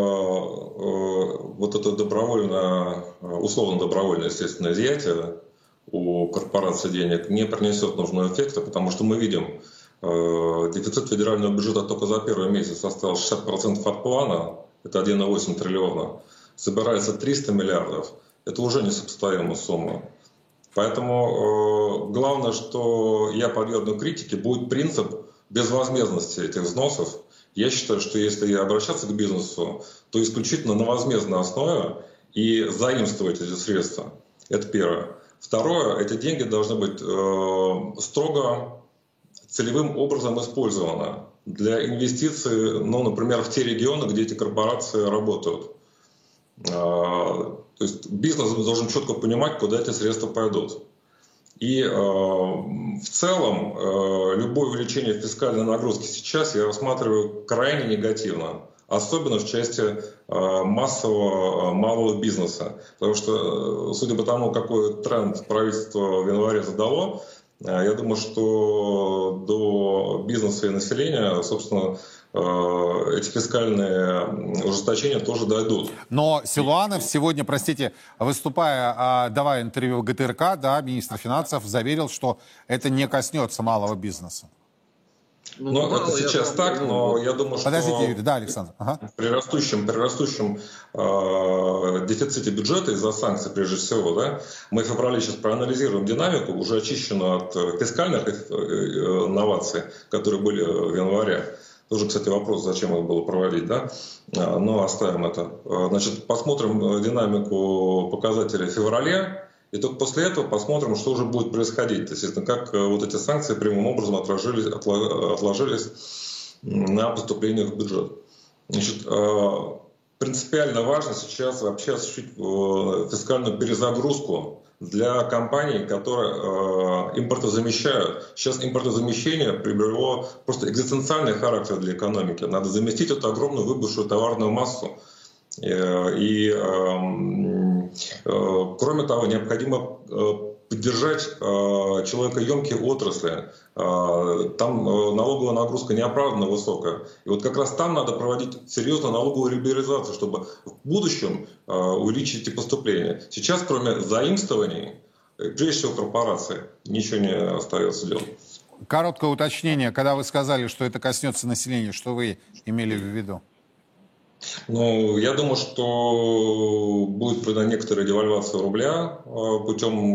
вот это добровольно, условно добровольное, естественно, изъятие у корпорации денег не принесет нужного эффекта, потому что мы видим, дефицит федерального бюджета только за первый месяц составил шестьдесят процентов от плана, это один целых восемь десятых триллиона, собирается триста миллиардов, это уже несопоставимая сумма. Поэтому э, главное, что я подвергну критике, будет принцип безвозмездности этих взносов. Я считаю, что если обращаться к бизнесу, то исключительно на возмездной основе и заимствовать эти средства. Это первое. Второе, эти деньги должны быть э, строго целевым образом использованы для инвестиций, ну, например, в те регионы, где эти корпорации работают. Э, то есть бизнес должен четко понимать, куда эти средства пойдут. И э, в целом э, любое увеличение фискальной нагрузки сейчас я рассматриваю крайне негативно, особенно в части э, массового э, малого бизнеса. Потому что, судя по тому, какой тренд правительство в январе задало, э, я думаю, что до бизнеса и населения, собственно, э, эти фискальные ужесточения тоже дойдут.
Но Силуанов сегодня, простите, выступая, давая интервью в ГТРК, да, министр финансов заверил, что это не коснется малого бизнеса.
Ну, ну это сейчас я... так, но я думаю, что
Подождите, Юрий, да, Александр. Ага.
при растущем, при растущем э, дефиците бюджета из-за санкций, прежде всего, да, мы в феврале сейчас проанализируем динамику, уже очищенную от фискальных инноваций, которые были в январе. Тоже, кстати, вопрос, зачем их было проводить, да? Но оставим это. Значит, посмотрим динамику показателей в феврале, и только после этого посмотрим, что уже будет происходить. То есть, как вот эти санкции прямым образом отложились, отложились на поступлениях в бюджет. Значит, принципиально важно сейчас вообще осуществить фискальную перезагрузку для компаний, которые э, импортозамещают. Сейчас импортозамещение приобрело просто экзистенциальный характер для экономики. Надо заместить эту огромную выбывшую товарную массу. Э, и, э, э, кроме того, необходимо э, поддержать э, человекоемкие отрасли. Э, там э, налоговая нагрузка неоправданно высокая. И вот как раз там надо проводить серьезную налоговую либерализацию, чтобы в будущем э, увеличить эти поступления. Сейчас, кроме заимствований, прежде всего корпорации, ничего не остается делать.
Короткое уточнение. Когда вы сказали, что это коснется населения, что вы имели в виду?
Ну, я думаю, что будет проведена некоторая девальвация рубля путем,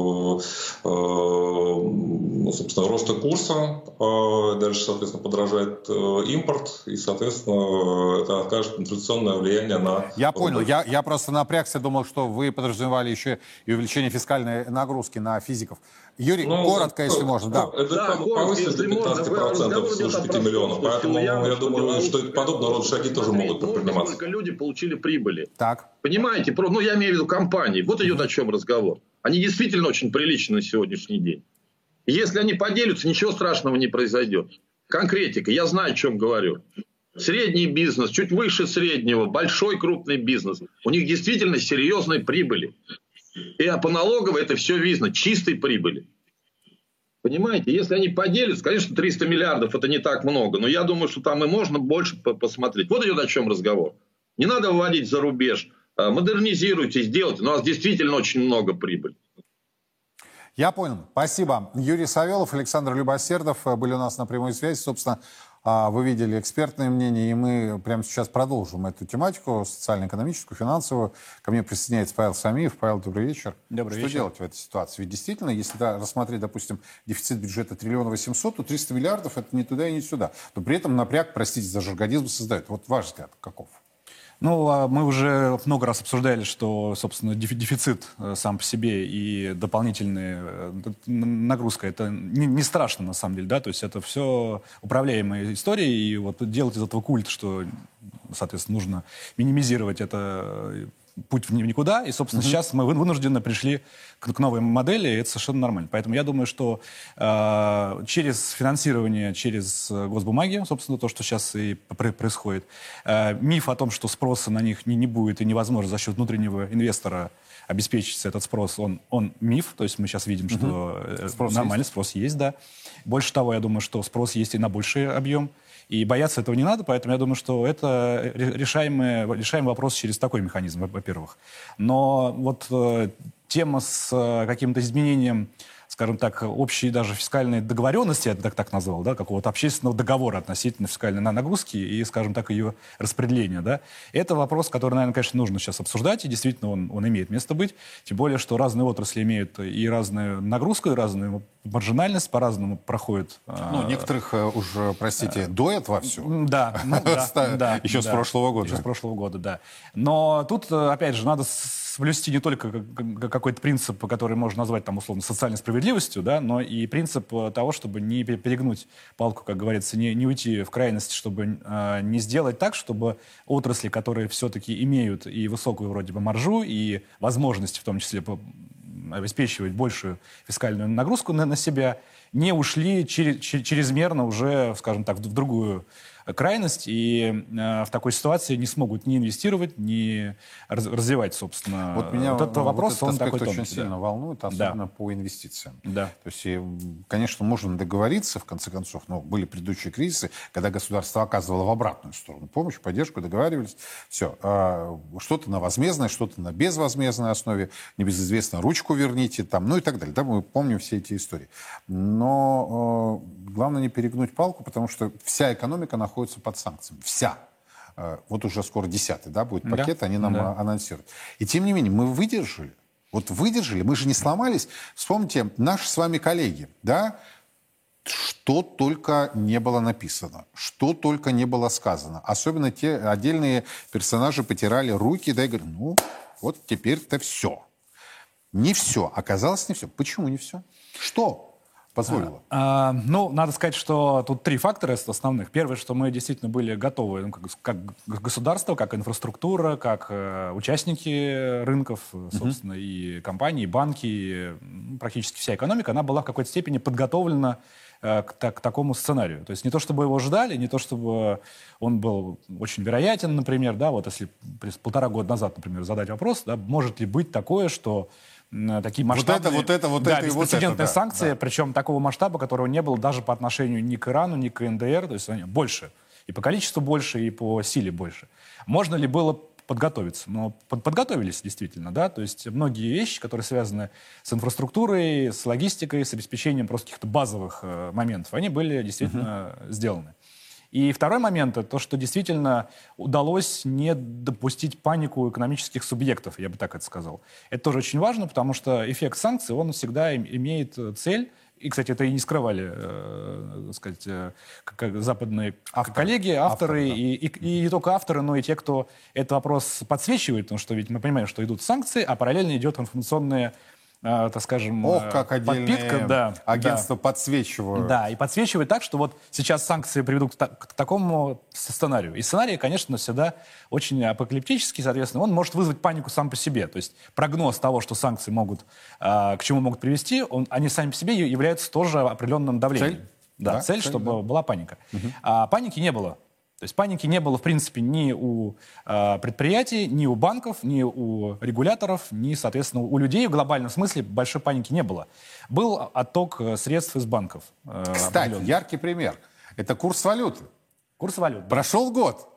ну, собственно, роста курса. Дальше, соответственно, подорожает импорт, и, соответственно, это окажет инфляционное влияние на...
Я понял. Я, я просто напрягся, думал, что вы подразумевали еще и увеличение фискальной нагрузки на физиков. Юрий, ну, коротко, если можно, да.
Это да, повысит до пятнадцати процентов свыше пяти миллионов. Поэтому я, я думаю, что подобного рода шаги тоже могут предприниматься.
Сколько люди получили прибыли.
Так.
Понимаете, ну я имею в виду компании. Вот идет о чем разговор. Они действительно очень приличны на сегодняшний день. И если они поделятся, ничего страшного не произойдет. Конкретика. Я знаю, о чем говорю. Средний бизнес, чуть выше среднего, большой крупный бизнес. У них действительно серьезные прибыли. И по налоговой это все видно. Чистой прибыли. Понимаете, если они поделятся, конечно, триста миллиардов это не так много, но я думаю, что там и можно больше посмотреть. Вот идет о чем разговор. Не надо выводить за рубеж, модернизируйте, сделайте, но у вас действительно очень много прибыли.
Я понял. Спасибо. Юрий Савелов, Александр Любосердов были у нас на прямой связи. Собственно, вы видели экспертное мнение, и мы прямо сейчас продолжим эту тематику, социально-экономическую, финансовую. Ко мне присоединяется Павел Самиев. Павел, добрый вечер.
Добрый
Что
вечер.
делать в этой ситуации? Ведь действительно, если да, рассмотреть, допустим, дефицит бюджета триллион восемьсот, то триста миллиардов это не туда и не сюда. Но при этом напряг, простите за жаргонизм, создает. Вот ваш взгляд каков?
Ну, мы уже много раз обсуждали, что, собственно, дефицит сам по себе и дополнительная нагрузка, это не, не страшно, на самом деле, да, то есть это все управляемая история, и вот делать из этого культ, что, соответственно, нужно минимизировать это путь в никуда, и, собственно, mm-hmm. сейчас мы вынуждены пришли к, к новой модели, и это совершенно нормально. Поэтому я думаю, что э, через финансирование, через госбумаги, собственно, то, что сейчас и происходит, э, миф о том, что спроса на них не, не будет и невозможно за счет внутреннего инвестора обеспечить этот спрос, он, он миф, то есть мы сейчас видим, что mm-hmm. спрос нормальный есть. Спрос есть, да. Больше того, я думаю, что спрос есть и на больший объем. И бояться этого не надо, поэтому я думаю, что это решаемый, решаемый вопрос через такой механизм, во-первых. Но вот э, тема с э, каким-то изменением, скажем так, общей даже фискальной договоренности, я так, так назвал, да, какого-то общественного договора относительно фискальной нагрузки и, скажем так, ее распределения, да, это вопрос, который, наверное, конечно, нужно сейчас обсуждать, и действительно он, он имеет место быть, тем более, что разные отрасли имеют и разную нагрузку, и разную маржинальность, по-разному проходит.
Ну, некоторых уже, простите, доят вовсю.
Да, ну, да, да.
Еще с прошлого года.
Еще с прошлого года, да. Но тут, опять же, надо соблюсти не только какой-то принцип, который можно назвать, там, условно, социальной справедливостью, да, но и принцип того, чтобы не перегнуть палку, как говорится, не, не уйти в крайность, чтобы э, не сделать так, чтобы отрасли, которые все-таки имеют и высокую вроде бы маржу, и возможности, в том числе, обеспечивать большую фискальную нагрузку на, на себя, не ушли чер, чер, чрезмерно уже, скажем так, в, в другую крайность, и э, в такой ситуации не смогут ни инвестировать, ни раз, развивать, собственно.
Вот меня
вот этот вопрос,
вот
он
этот
такой
очень
тонкий,
сильно
да.
волнует, особенно
Да.
по инвестициям.
Да.
То есть, и, конечно, можно договориться, в конце концов, но были предыдущие кризисы, когда государство оказывало в обратную сторону помощь, поддержку, договаривались, все. А, что-то на возмездной, что-то на безвозмездной основе, небезызвестно, ручку верните, там, ну и так далее. Да, мы помним все эти истории. Но э, главное не перегнуть палку, потому что вся экономика находится под санкциями. Вся. Вот уже скоро десятый, да, будет пакет, да, они нам да. анонсируют. И тем не менее, мы выдержали. Вот выдержали, мы же не сломались. Вспомните, наши с вами коллеги, да, что только не было написано, что только не было сказано. Особенно те отдельные персонажи потирали руки, да, и говорят, ну, вот теперь-то все. Не все. Оказалось, не все. Почему не все? Что позволило?
А, а, ну, надо сказать, что тут три фактора основных. Первое, что мы действительно были готовы, ну, как, как государство, как инфраструктура, как э, участники рынков, собственно, mm-hmm. и компании, и банки, и, ну, практически вся экономика, она была в какой-то степени подготовлена э, к, так, к такому сценарию. То есть не то, чтобы его ждали, не то, чтобы он был очень вероятен, например, да, вот если полтора года назад, например, задать вопрос, да, может ли быть такое, что такие масштабные,
вот это, вот это, вот
да,
это,
беспрецедентные
вот это, да,
санкции,
да.
причем такого масштаба, которого не было даже по отношению ни к Ирану, ни к эн дэ эр, то есть они больше. И по количеству больше, и по силе больше. Можно ли было подготовиться? Ну, под, подготовились действительно, да, то есть многие вещи, которые связаны с инфраструктурой, с логистикой, с обеспечением просто каких-то базовых э, моментов, они были действительно uh-huh. сделаны. И второй момент, это то, что действительно удалось не допустить панику экономических субъектов, я бы так это сказал. Это тоже очень важно, потому что эффект санкций, он всегда имеет цель, и, кстати, это и не скрывали, э, так сказать, э, как западные Автор. коллеги, авторы, Автор, да. и, и, и не только авторы, но и те, кто этот вопрос подсвечивает, потому что ведь мы понимаем, что идут санкции, а параллельно идет информационные, э, так скажем,
Ох, как
подпитка. Да,
агентства
да.
подсвечивают.
Да, и подсвечивают так, что вот сейчас санкции приведут к, та- к такому сценарию. И сценарий, конечно, всегда очень апокалиптический, соответственно, он может вызвать панику сам по себе. То есть прогноз того, что санкции могут, э, к чему могут привести, он, они сами по себе являются тоже определенным давлением.
Цель?
Да,
да,
цель,
цель
чтобы
да.
была паника.
Угу.
А паники не было. То есть паники не было, в принципе, ни у э, предприятий, ни у банков, ни у регуляторов, ни, соответственно, у людей в глобальном смысле большой паники не было. Был отток средств из банков. Э,
Кстати, яркий пример. Это курс валюты.
Курс валют.
Прошел год.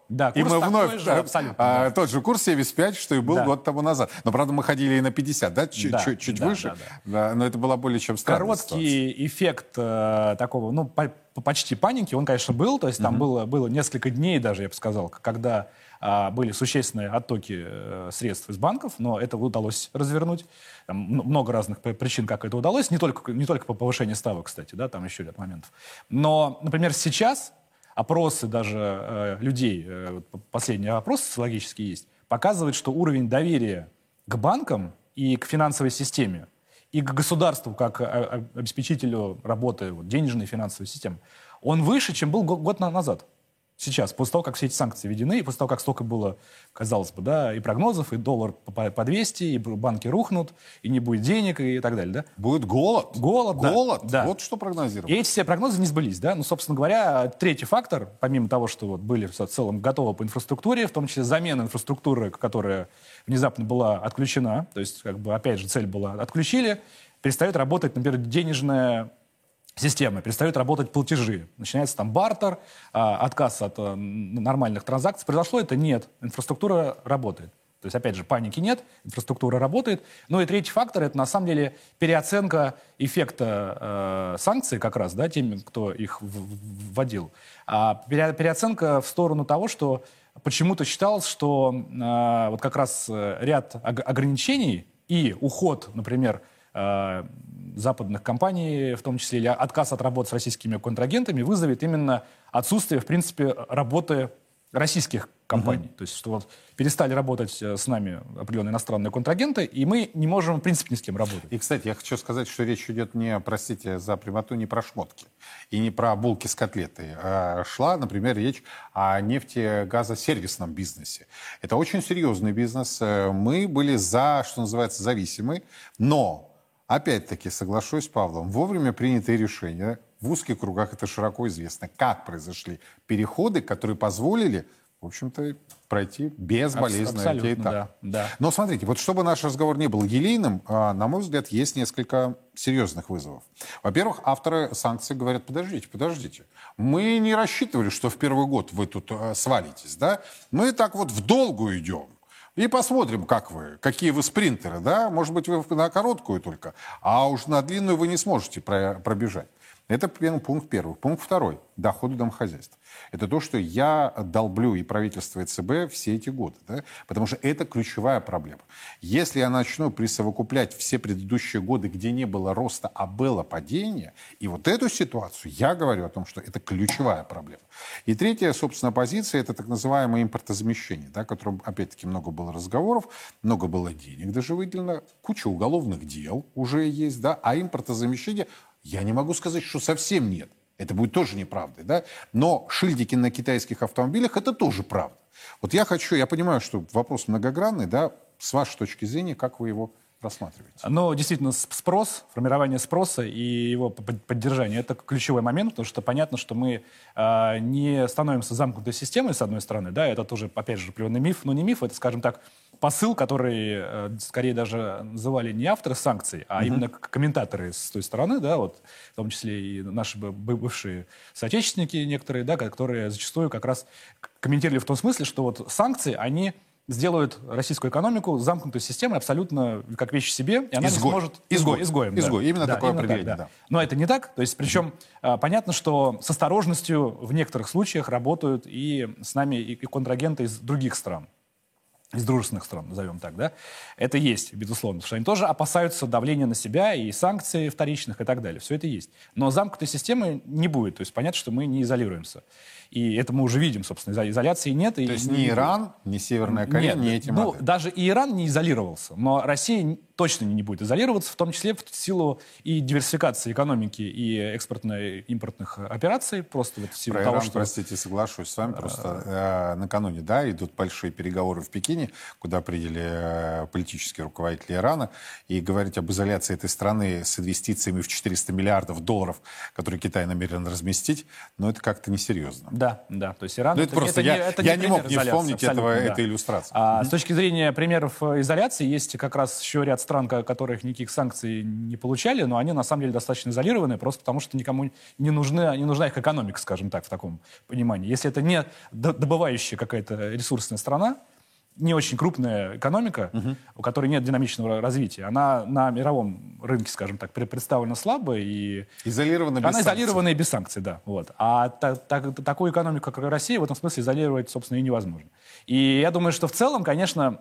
Да,
и мы вновь
же, абсолютно,
а,
да.
тот же курс семьдесят пять, что и был да. год тому назад. Но, правда, мы ходили и на пятьдесят, да, чуть,
да,
чуть, чуть
да,
выше.
Да, да.
Да, но это была более чем странная
Короткий
ситуация.
эффект э, такого, ну, по, по почти паники, он, конечно, был. То есть там uh-huh. было, было несколько дней даже, я бы сказал, когда э, были существенные оттоки э, средств из банков, но это удалось развернуть. Там много разных причин, как это удалось. Не только, не только по повышению ставок, кстати, да, там еще ряд моментов. Но, например, сейчас опросы даже э, людей, э, последний опрос социологический есть, показывают, что уровень доверия к банкам и к финансовой системе, и к государству, как обеспечителю работы вот, денежной и финансовой системы, он выше, чем был год назад. Сейчас, после того, как все эти санкции введены, и после того, как столько было, казалось бы, да, и прогнозов, и доллар по двести, и банки рухнут, и не будет денег, и так далее, да?
Будет голод.
Голод,
голод.
Да.
Вот что прогнозировал.
И эти все прогнозы не сбылись, да? Ну, собственно говоря, третий фактор, помимо того, что вот были в целом готовы по инфраструктуре, в том числе замена инфраструктуры, которая внезапно была отключена, то есть, как бы, опять же, цель была отключили, перестает работать, например, денежная системы, перестают работать платежи. Начинается там бартер, а, отказ от а, нормальных транзакций. Произошло это? Нет. Инфраструктура работает. То есть, опять же, паники нет, инфраструктура работает. Ну и третий фактор — это, на самом деле, переоценка эффекта э, санкций как раз, да, теми, кто их вводил. А пере, переоценка в сторону того, что почему-то считалось, что э, вот как раз ряд ограничений и уход, например, э, западных компаний, в том числе, или отказ от работы с российскими контрагентами, вызовет именно отсутствие, в принципе, работы российских компаний. Uh-huh. То есть, что вот перестали работать с нами определенные иностранные контрагенты, и мы не можем, в принципе, ни с кем работать.
И, кстати, я хочу сказать, что речь идет не, простите за прямоту, не про шмотки и не про булки с котлетой. А шла, например, речь о нефтегазосервисном бизнесе. Это очень серьезный бизнес. Мы были за, что называется, зависимы, но опять-таки, соглашусь с Павлом, вовремя принятые решения, в узких кругах это широко известно, как произошли переходы, которые позволили, в общем-то, пройти безболезненно
Абсолютно,
эти этапы.
Да, да.
Но смотрите, вот чтобы наш разговор не был елейным, на мой взгляд, есть несколько серьезных вызовов. Во-первых, авторы санкций говорят: подождите, подождите, мы не рассчитывали, что в первый год вы тут свалитесь, да? Мы так вот в долгую идем. И посмотрим, как вы, какие вы спринтеры, да? Может быть, вы на короткую только, а уж на длинную вы не сможете пробежать. Это пункт первый. Пункт второй. Доходы домохозяйств. Это то, что я долблю и правительство, и ЦБ все эти годы. Да? Потому что это ключевая проблема. Если я начну присовокуплять все предыдущие годы, где не было роста, а было падение, и вот эту ситуацию, я говорю о том, что это ключевая проблема. И третья, собственно, позиция — это так называемое импортозамещение, да, о котором, опять-таки, много было разговоров, много было денег даже выделено, куча уголовных дел уже есть, да, а импортозамещение... Я не могу сказать, что совсем нет. Это будет тоже неправдой, да? Но шильдики на китайских автомобилях — это тоже правда. Вот я хочу, я понимаю, что вопрос многогранный, да? С вашей точки зрения, как вы его рассматриваете?
Ну, действительно, спрос, формирование спроса и его поддержание — это ключевой момент, потому что понятно, что мы э, не становимся замкнутой системой, с одной стороны, да, это тоже, опять же, определенный миф, но не миф, это, скажем так, посыл, который, э, скорее даже называли не авторы санкций, а uh-huh. именно комментаторы с той стороны, да, вот, в том числе и наши бывшие соотечественники некоторые, да, которые зачастую как раз комментировали в том смысле, что вот санкции, они сделают российскую экономику замкнутой системой абсолютно как вещь в себе, и она
изгой.
не сможет...
Изгой.
Изгоем,
изгой.
Да.
Именно
да,
такое
именно
определение.
Так, да.
Да.
Но это не так. То есть, причем mm-hmm. понятно, что с осторожностью в некоторых случаях работают и с нами и контрагенты из других стран. Из дружественных стран, назовем так, да, это есть, безусловно, потому что они тоже опасаются давления на себя и санкций вторичных и так далее. Все это есть. Но замкнутой системы не будет. То есть понятно, что мы не изолируемся. И это мы уже видим, собственно, изоляции нет.
То
и
есть
не
ни Иран, ни Северная Корея,
нет,
ни эти
ну,
модели.
даже и Иран не изолировался, но Россия точно не будет изолироваться, в том числе в силу и диверсификации экономики, и экспортно-импортных операций. Просто вот в силу
Про
того,
Иран,
что...
простите, соглашусь с вами. Просто э, накануне, да, идут большие переговоры в Пекине, куда приняли э, политические руководители Ирана, и говорить об изоляции этой страны с инвестициями в четыреста миллиардов долларов, которые Китай намерен разместить, но это как-то несерьезно.
Да, да. То есть Иран...
Ну, это, это просто,
это
я,
не, это
я
не,
не мог не вспомнить этого,
да.
этой иллюстрации.
А,
mm-hmm.
С точки зрения примеров изоляции есть как раз еще ряд стран, которых никаких санкций не получали, но они на самом деле достаточно изолированы, просто потому что никому не, нужны, не нужна их экономика, скажем так, в таком понимании. Если это не добывающая какая-то ресурсная страна, не очень крупная экономика, uh-huh. у которой нет динамичного развития, она на мировом рынке, скажем так, представлена слабо и...
Изолирована без
Она
санкций.
изолирована и без санкций, да. Вот. А та, та, такую экономику, как Россия, в этом смысле изолировать, собственно, и невозможно. И я думаю, что в целом, конечно,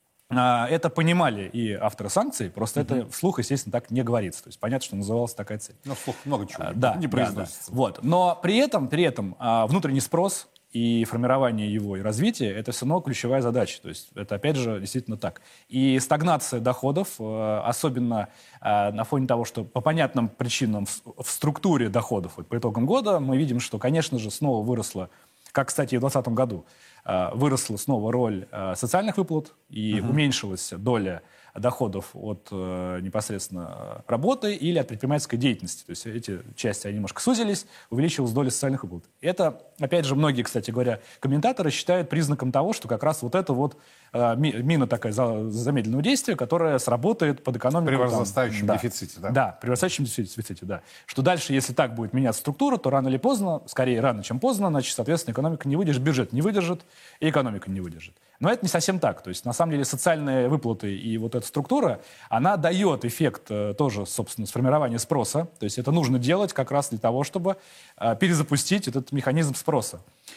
это понимали и авторы санкций, просто uh-huh. это вслух, естественно, так не говорится. То есть понятно, что называлась такая цель.
Но вслух много чего
а, да,
не произносится.
Да, да. Вот. Но при этом, при этом внутренний спрос и формирование его, и развитие — это все равно ключевая задача. То есть это, опять же, действительно так. И стагнация доходов, особенно на фоне того, что по понятным причинам в структуре доходов вот, по итогам года мы видим, что, конечно же, снова выросла, как, кстати, и в двадцатом году, выросла снова роль социальных выплат и угу. уменьшилась доля доходов от э, непосредственно работы или от предпринимательской деятельности. То есть эти части они немножко сузились, увеличилась доля социальных выплат. Это, опять же, многие, кстати говоря, комментаторы считают признаком того, что как раз вот это вот э, мина такая за, замедленного действия, которая сработает под экономику.
При возрастающем
там,
дефиците, да?
Да, при возрастающем дефиците, да. Что дальше, если так будет меняться структура, то рано или поздно, скорее рано, чем поздно, значит, соответственно, экономика не выдержит, бюджет не выдержит, и экономика не выдержит. Но это не совсем так. То есть, на самом деле, социальные выплаты и вот эта структура, она дает эффект э, тоже, собственно, сформирования спроса. То есть это нужно делать как раз для того, чтобы э, перезапустить этот механизм спроса.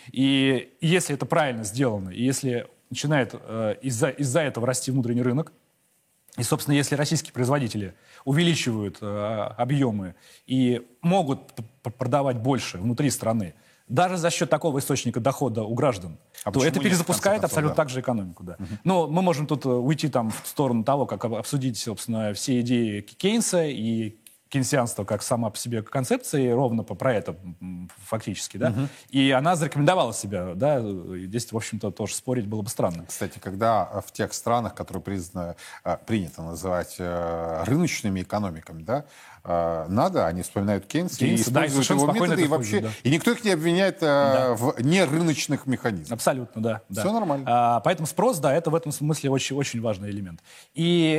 И если это правильно сделано, и если начинает э, из-за, из-за этого расти внутренний рынок, и, собственно, если российские производители увеличивают э, объемы и могут продавать больше внутри страны, даже за счет такого источника дохода у граждан, а то это перезапускает концов, абсолютно да. так же экономику. Да. Uh-huh. Но мы можем тут уйти там, в сторону того, как обсудить, собственно, все идеи Кейнса и кейнсианство как сама по себе концепция, ровно по, про это фактически. Да? Uh-huh. И она зарекомендовала себя. Да? И здесь, в общем-то, тоже спорить было бы странно.
Кстати, когда в тех странах, которые признано, принято называть рыночными экономиками, да, надо, они вспоминают Кейнса и используют да, его методы, и вообще, да. и никто их не обвиняет да. в нерыночных механизмах.
Абсолютно, да.
Все
да.
нормально.
А, поэтому спрос, да, это в этом смысле очень, очень важный элемент. И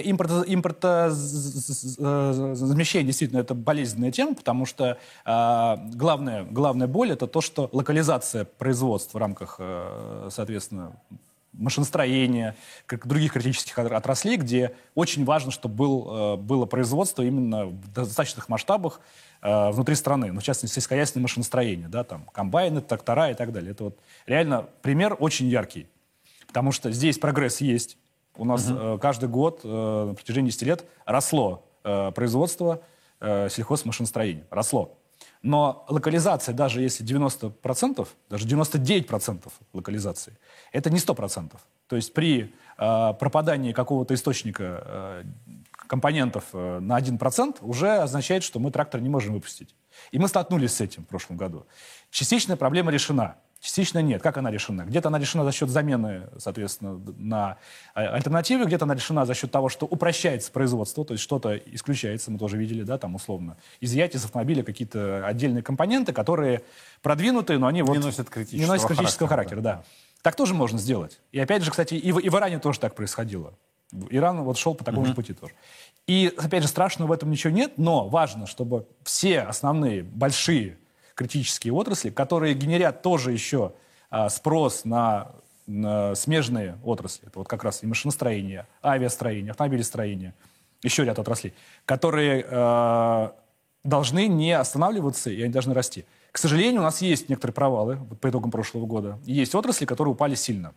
импортозамещение действительно это болезненная тема, потому что а, главная, главная боль это то, что локализация производства в рамках, а, соответственно, машиностроения, как других критических отраслей, где очень важно, чтобы был, было производство именно в достаточных масштабах э, внутри страны, ну, в частности, сельскохозяйственное машиностроение, да, там, комбайны, трактора и так далее. Это вот реально пример очень яркий, потому что здесь прогресс есть. У нас uh-huh. э, каждый год э, на протяжении десяти лет росло э, производство э, сельхозмашиностроения, росло. Но локализация, даже если девяносто процентов, даже девяносто девять процентов локализации, это не сто процентов. То есть при э, пропадании какого-то источника э, компонентов э, на один процент уже означает, что мы трактор не можем выпустить. И мы столкнулись с этим в прошлом году. Частичная проблема решена. Частично нет. Как она решена? Где-то она решена за счет замены, соответственно, на альтернативы, где-то она решена за счет того, что упрощается производство, то есть что-то исключается, мы тоже видели, да, там условно, изъять из автомобиля какие-то отдельные компоненты, которые продвинутые, но они вот
не носят критического,
не носят критического
характера.
характера. Да. Так тоже можно сделать. И опять же, кстати, и в, и в Иране тоже так происходило. Иран вот шел по такому mm-hmm. же пути тоже. И, опять же, страшного в этом ничего нет, но важно, чтобы все основные большие критические отрасли, которые генерят тоже еще а, спрос на, на смежные отрасли. Это вот как раз и машиностроение, авиастроение, автомобилестроение, еще ряд отраслей, которые а, должны не останавливаться, и они должны расти. К сожалению, у нас есть некоторые провалы вот, по итогам прошлого года. Есть отрасли, которые упали сильно.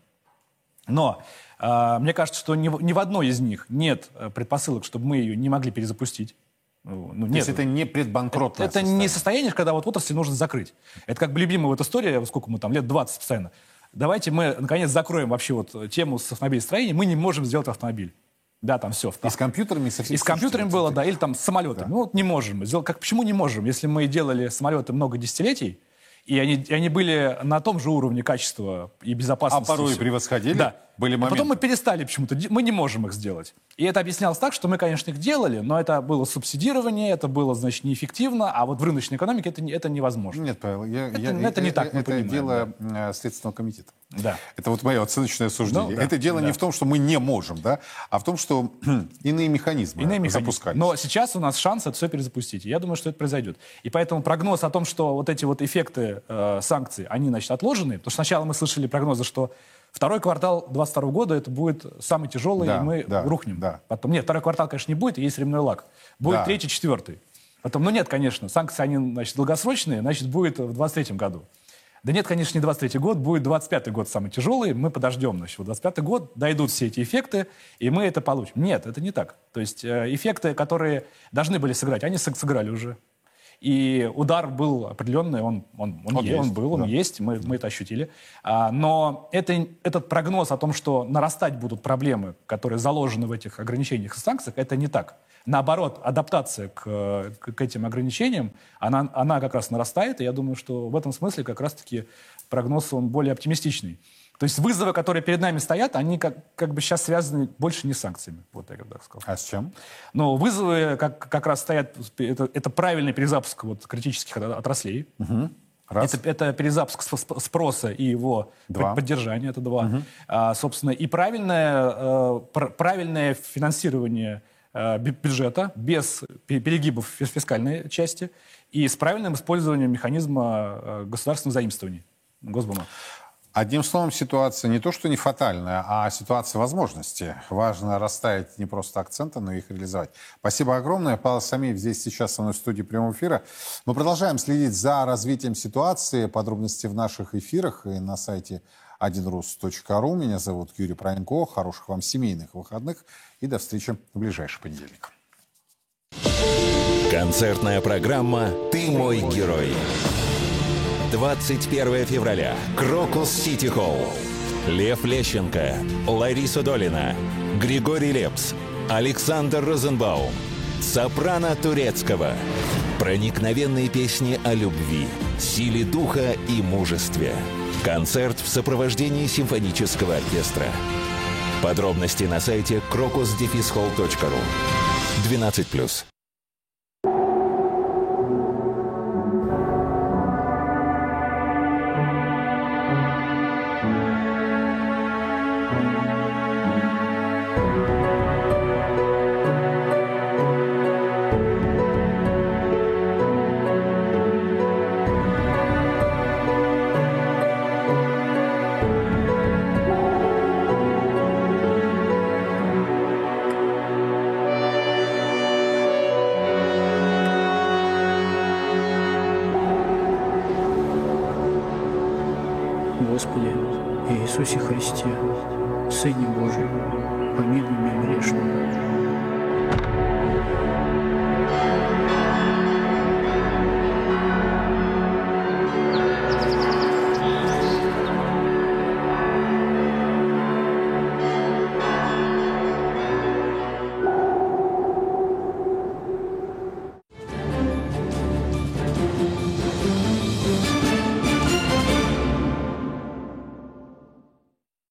Но а, мне кажется, что ни, ни в одной из них нет предпосылок, чтобы мы ее не могли перезапустить. Ну,
То есть это не предбанкротное
это, это
состояние.
не состояние, когда вот отрасли нужно закрыть. Это как бы любимая вот история, сколько мы там, лет двадцать постоянно. Давайте мы, наконец, закроем вообще вот тему с автомобилестроением. Мы не можем сделать автомобиль. Да, там все.
И с компьютерами, и со всеми.
И с компьютерами было, да, или там с самолетами. Да. Ну вот не можем. Сделать, как, почему не можем? Если мы делали самолеты много десятилетий, и они, и они были на том же уровне качества и безопасности.
А порой и превосходили.
Да.
Были моменты.
Потом мы перестали почему-то, мы не можем их сделать. И это объяснялось так, что мы, конечно, их делали, но это было субсидирование, это было, значит, неэффективно, а вот в рыночной экономике это, это невозможно.
Нет, Павел, я,
это,
я,
это
я,
не так,
это
мы понимаем,
дело
да.
Следственного комитета.
Да.
Это вот мое оценочное суждение.
Ну, да,
это дело
да.
не в том, что мы не можем, да, а в том, что иные механизмы
Иные механизмы.
запускались.
Но сейчас у нас шанс это все перезапустить. И я думаю, что это произойдет. И поэтому прогноз о том, что вот эти вот эффекты э, санкций, они, значит, отложены. Потому что сначала мы слышали прогнозы, что второй квартал двадцать второго года это будет самый тяжелый,
Да,
и мы
да,
рухнем.
да.
Потом, нет, второй квартал, конечно, не будет, есть временной лаг. Будет
Да.
третий, четвертый. Потом, ну нет, конечно, санкции, они, значит, долгосрочные, значит, будет в двадцать третьем году. Да нет, конечно, не двадцать третий год, будет двадцать пятый год самый тяжелый, мы подождем, значит, вот двадцать пятый год, дойдут все эти эффекты, и мы это получим. Нет, это не так. То есть э, эффекты, которые должны были сыграть, они сы- сыграли уже. И удар был определенный, он, он, он,
Он
е- он
есть,
был, он
да.
есть, мы, мы это ощутили. А, но это, этот прогноз о том, что нарастать будут проблемы, которые заложены в этих ограничениях и санкциях, это не так. Наоборот, адаптация к, к, к этим ограничениям, она, она как раз нарастает, и я думаю, что в этом смысле как раз-таки прогноз, он более оптимистичный. То есть вызовы, которые перед нами стоят, они как, как бы сейчас связаны больше не с санкциями. Вот я как так сказал.
А с чем?
Но вызовы как, как раз стоят, это, это правильный перезапуск вот, критических отраслей.
Угу. Раз.
Это, это перезапуск сп- спроса и его
Два.
поддержание, это два.
Угу.
А, собственно, и правильное, э, пр- правильное финансирование э, бю- бюджета без пе- перегибов в фискальной части и с правильным использованием механизма э, государственного заимствования Госбума.
Одним словом, ситуация не то, что не фатальная, а ситуация возможности. Важно расставить не просто акценты, но и их реализовать. Спасибо огромное. Павел Самеев здесь сейчас со мной в студии прямого эфира. Мы продолжаем следить за развитием ситуации. Подробности в наших эфирах и на сайте один рус точка ру. Меня зовут Юрий Пронько. Хороших вам семейных выходных и до встречи в ближайший понедельник.
Концертная программа «Ты мой герой». двадцать первого февраля. Крокус Сити Холл. Лев Лещенко, Лариса Долина, Григорий Лепс, Александр Розенбаум, сопрано Турецкого. Проникновенные песни о любви, силе духа и мужестве. Концерт в сопровождении симфонического оркестра. Подробности на сайте крокус дефис холл точка ру. двенадцать плюс.
Господи Иисусе Христе, Сыне Божий, помилуй меня грешного.